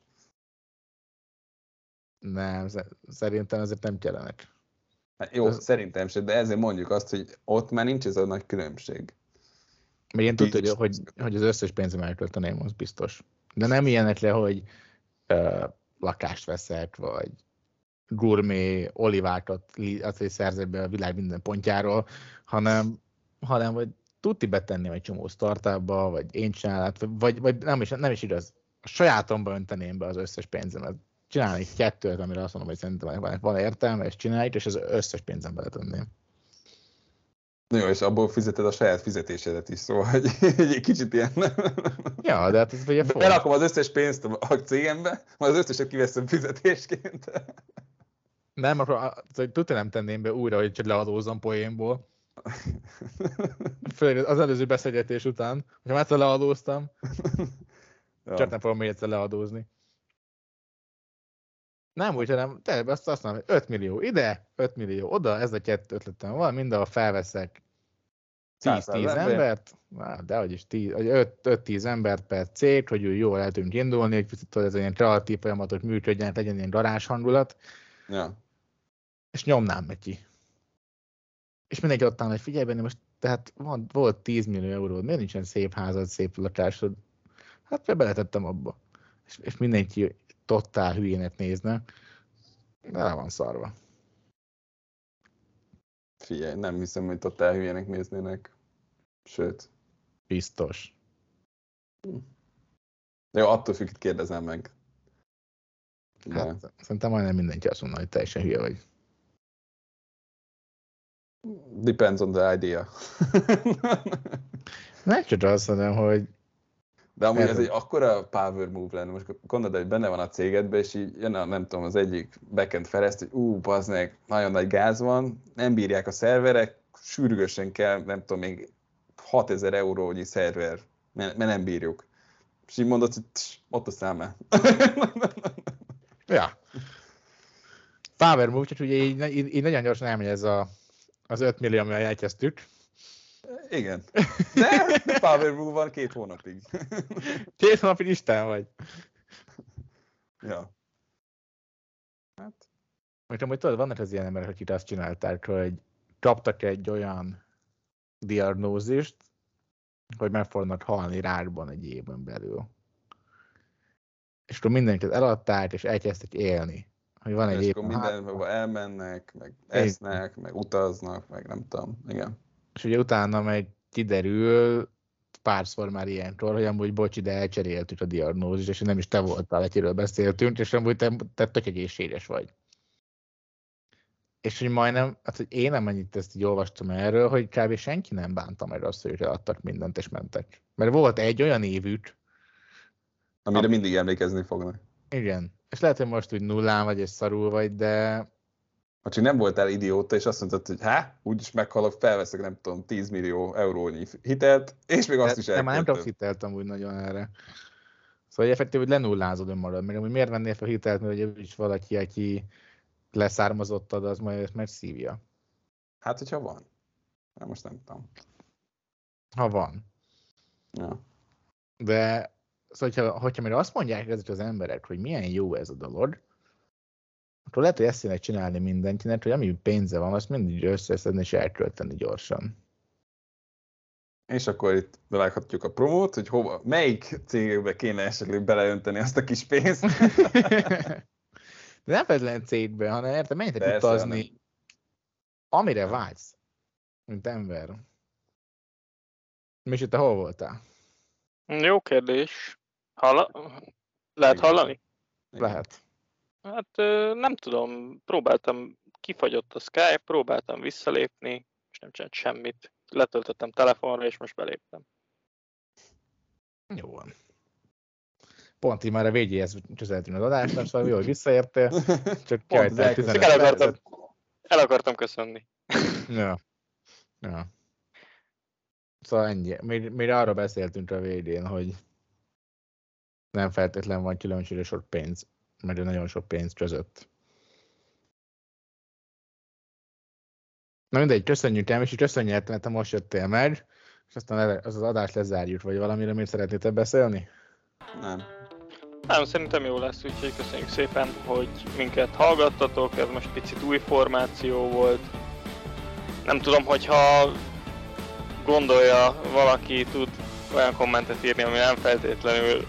D: Nem, szerintem ezért nem kellenek.
B: Hát jó, ez... szerintem sem, de ezért mondjuk azt, hogy ott már nincs ez a nagy különbség.
D: Még én tudtam, hogy, hogy, hogy az összes pénzem elkölteném, az biztos. De nem ilyenek le, hogy uh, lakást veszek, vagy gourmet olivákat azt szerzek be a világ minden pontjáról, hanem, hanem vagy tudti betenni egy csomó startupba, vagy én csinálát, vagy, vagy nem, is, nem is igaz. A sajátomba önteném be az összes pénzemet. Csinálni kettőt, amire azt mondom, hogy szerintem van, van értelme, és csináljuk, és az összes pénzem beletenném.
B: Jó, és abból fizeted a saját fizetésedet is, szóval hogy egy kicsit ilyen...
D: Ja, de hát ez ugye fog.
B: Berakom az összes pénzt a cégembe, majd az összeset kiveszem fizetésként.
D: Nem, akkor tudja nem tenném be újra, hogy csak leadózzam poénból. Főleg az előző beszélgetés után, hogyha már egyszer leadóztam,
B: Ja.
D: csak nem fogom még egyszer leadózni. Nem úgy, hanem te azt azt mondom, hogy öt millió ide, öt millió oda, ez a kettő ötletem van, mindenhol felveszek tíz-tíz embert, de hogy is öt-tíz embert per cég, hogy jól el tudunk indulni, egy picit, hogy ez ilyen kreatív folyamatok működjenek, legyen ilyen darázs hangulat,
B: Ja.
D: és nyomnám neki. És mindenki ott áll, hogy figyelj benne, most tehát van, volt tíz millió euró, miért nincsen szép házad, szép lakásod? Hát beletettem abba. És, és mindenki totál hülyének nézne, de le van szarva.
B: Figyelj, nem hiszem, hogy totál hülyének néznének. Sőt.
D: Biztos.
B: Jó, attól függ, kérdezem meg. De...
D: Hát, szerintem majdnem mindenki azt mondja, hogy teljesen hülye vagy.
B: Depends on the idea.
D: Nem csak azt mondom, hogy...
B: De amúgy ez egy akkora power move lenne. Most gondolod, hogy benne van a cégedben, és így jön a, nem tudom, az egyik backend fereszt, hogy ú, bazdmeg, nagyon nagy gáz van, nem bírják a szerverek, sürgősen kell, nem tudom, még hatezer eurónyi szerver, mert nem bírjuk. És így mondod, hogy tss, ott a számá.
D: Ja. Power move, csak ugye így, így, így nagyon gyorsan elmegy ez a, az öt millió, amivel elkezdtük.
B: Igen. De power move van két hónapig.
D: Két hónapig Isten vagy.
B: Ja. Hát.
D: Most amúgy tudod, vannak az ilyen emberek, akik azt csinálták, hogy kaptak egy olyan diagnózist, hogy meg fognak halni rákban egy évben belül. És akkor mindenkit eladták, és elkezdtek élni. Hogy van egy
B: és
D: év.
B: akkor mindenhova elmennek, meg esznek, meg utaznak, meg nem tudom. Igen.
D: És ugye utána meg kiderül párszor már ilyenkor, hogy amúgy bocsi, de elcseréltük a diagnózist, és nem is te voltál, akiről beszéltünk, és amúgy te, te tök egészséges vagy. És hogy majdnem, hát hogy én nem annyit ezt így olvastam erről, hogy kb. Senki nem bánta meg azt, hogy eladtak mindent és mentek. Mert volt egy olyan évük,
B: amire ami... mindig emlékezni fognak.
D: Igen. És lehet, hogy most úgy nullán vagy és szarul vagy, de...
B: Ha csak nem voltál idióta, és azt mondtad, hogy há, úgyis meghalok, felveszek, nem tudom, tíz millió eurónyi hitelt, és még azt de, is elköltöm.
D: De már nem tudok hitelt amúgy nagyon erre. Szóval effektív, hogy lenullázod önmarad. Meg amúgy miért vennél fel hitelt, mert ugye is valaki, aki leszármazottad, az majd ezt megszívja.
B: Hát, hogyha van. Na, most nem tudom.
D: Ha van.
B: Ja.
D: De szóval, hogyha, hogyha még azt mondják ezek az emberek, hogy milyen jó ez a dolog, akkor lehet, hogy ezt kéne csinálni mindenkinek, hogy ami pénze van, azt mindig összeszedni és elkölteni gyorsan. És
B: akkor itt bevághatjuk a promót, hogy hova, melyik cégekbe kéne esetleg beleönteni azt a kis pénzt.
D: De nem feltétlenül cégbe, hanem érted, mennyit utazni, nem. Amire vágysz, mint ember. Misi, te hol voltál?
A: Jó kérdés. Halla... Lehet Igen. hallani?
D: Igen. Lehet.
A: Hát nem tudom, próbáltam, kifagyott a Skype, próbáltam visszalépni, és nem csinált semmit. Letöltöttem telefonra, és most beléptem.
D: Jó van. Pont így már a végéhez közeltünk az adásnak, szóval jól visszaértél. Csak kihagytál tizenegy
A: el akartam, el akartam köszönni.
D: Ja. Ja. Szóval ennyi. Még, még arra beszéltünk a végén, hogy nem feltétlen van különbség sok pénz, mert nagyon sok pénz között. Na mindegy, köszönjük el, és köszönjük, mert te most jöttél meg, és aztán az az adást lezárjuk, vagy valamire még szeretnétek beszélni?
B: Nem.
A: Nem, szerintem jó lesz, úgyhogy köszönjük szépen, hogy minket hallgattatok, ez most picit új formáció volt. Nem tudom, hogyha gondolja valaki, tud olyan kommentet írni, ami nem feltétlenül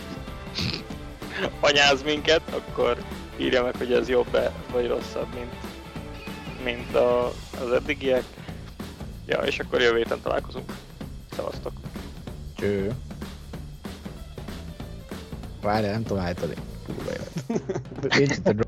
A: anyáz minket, akkor írja meg, hogy ez jobb-e vagy rosszabb, mint, mint a, az eddigiek. Ja, és akkor jövő héten találkozunk. Szevasztok!
D: Cső! Várjál, nem tudom állítani. Kurva élet. Nincs itt a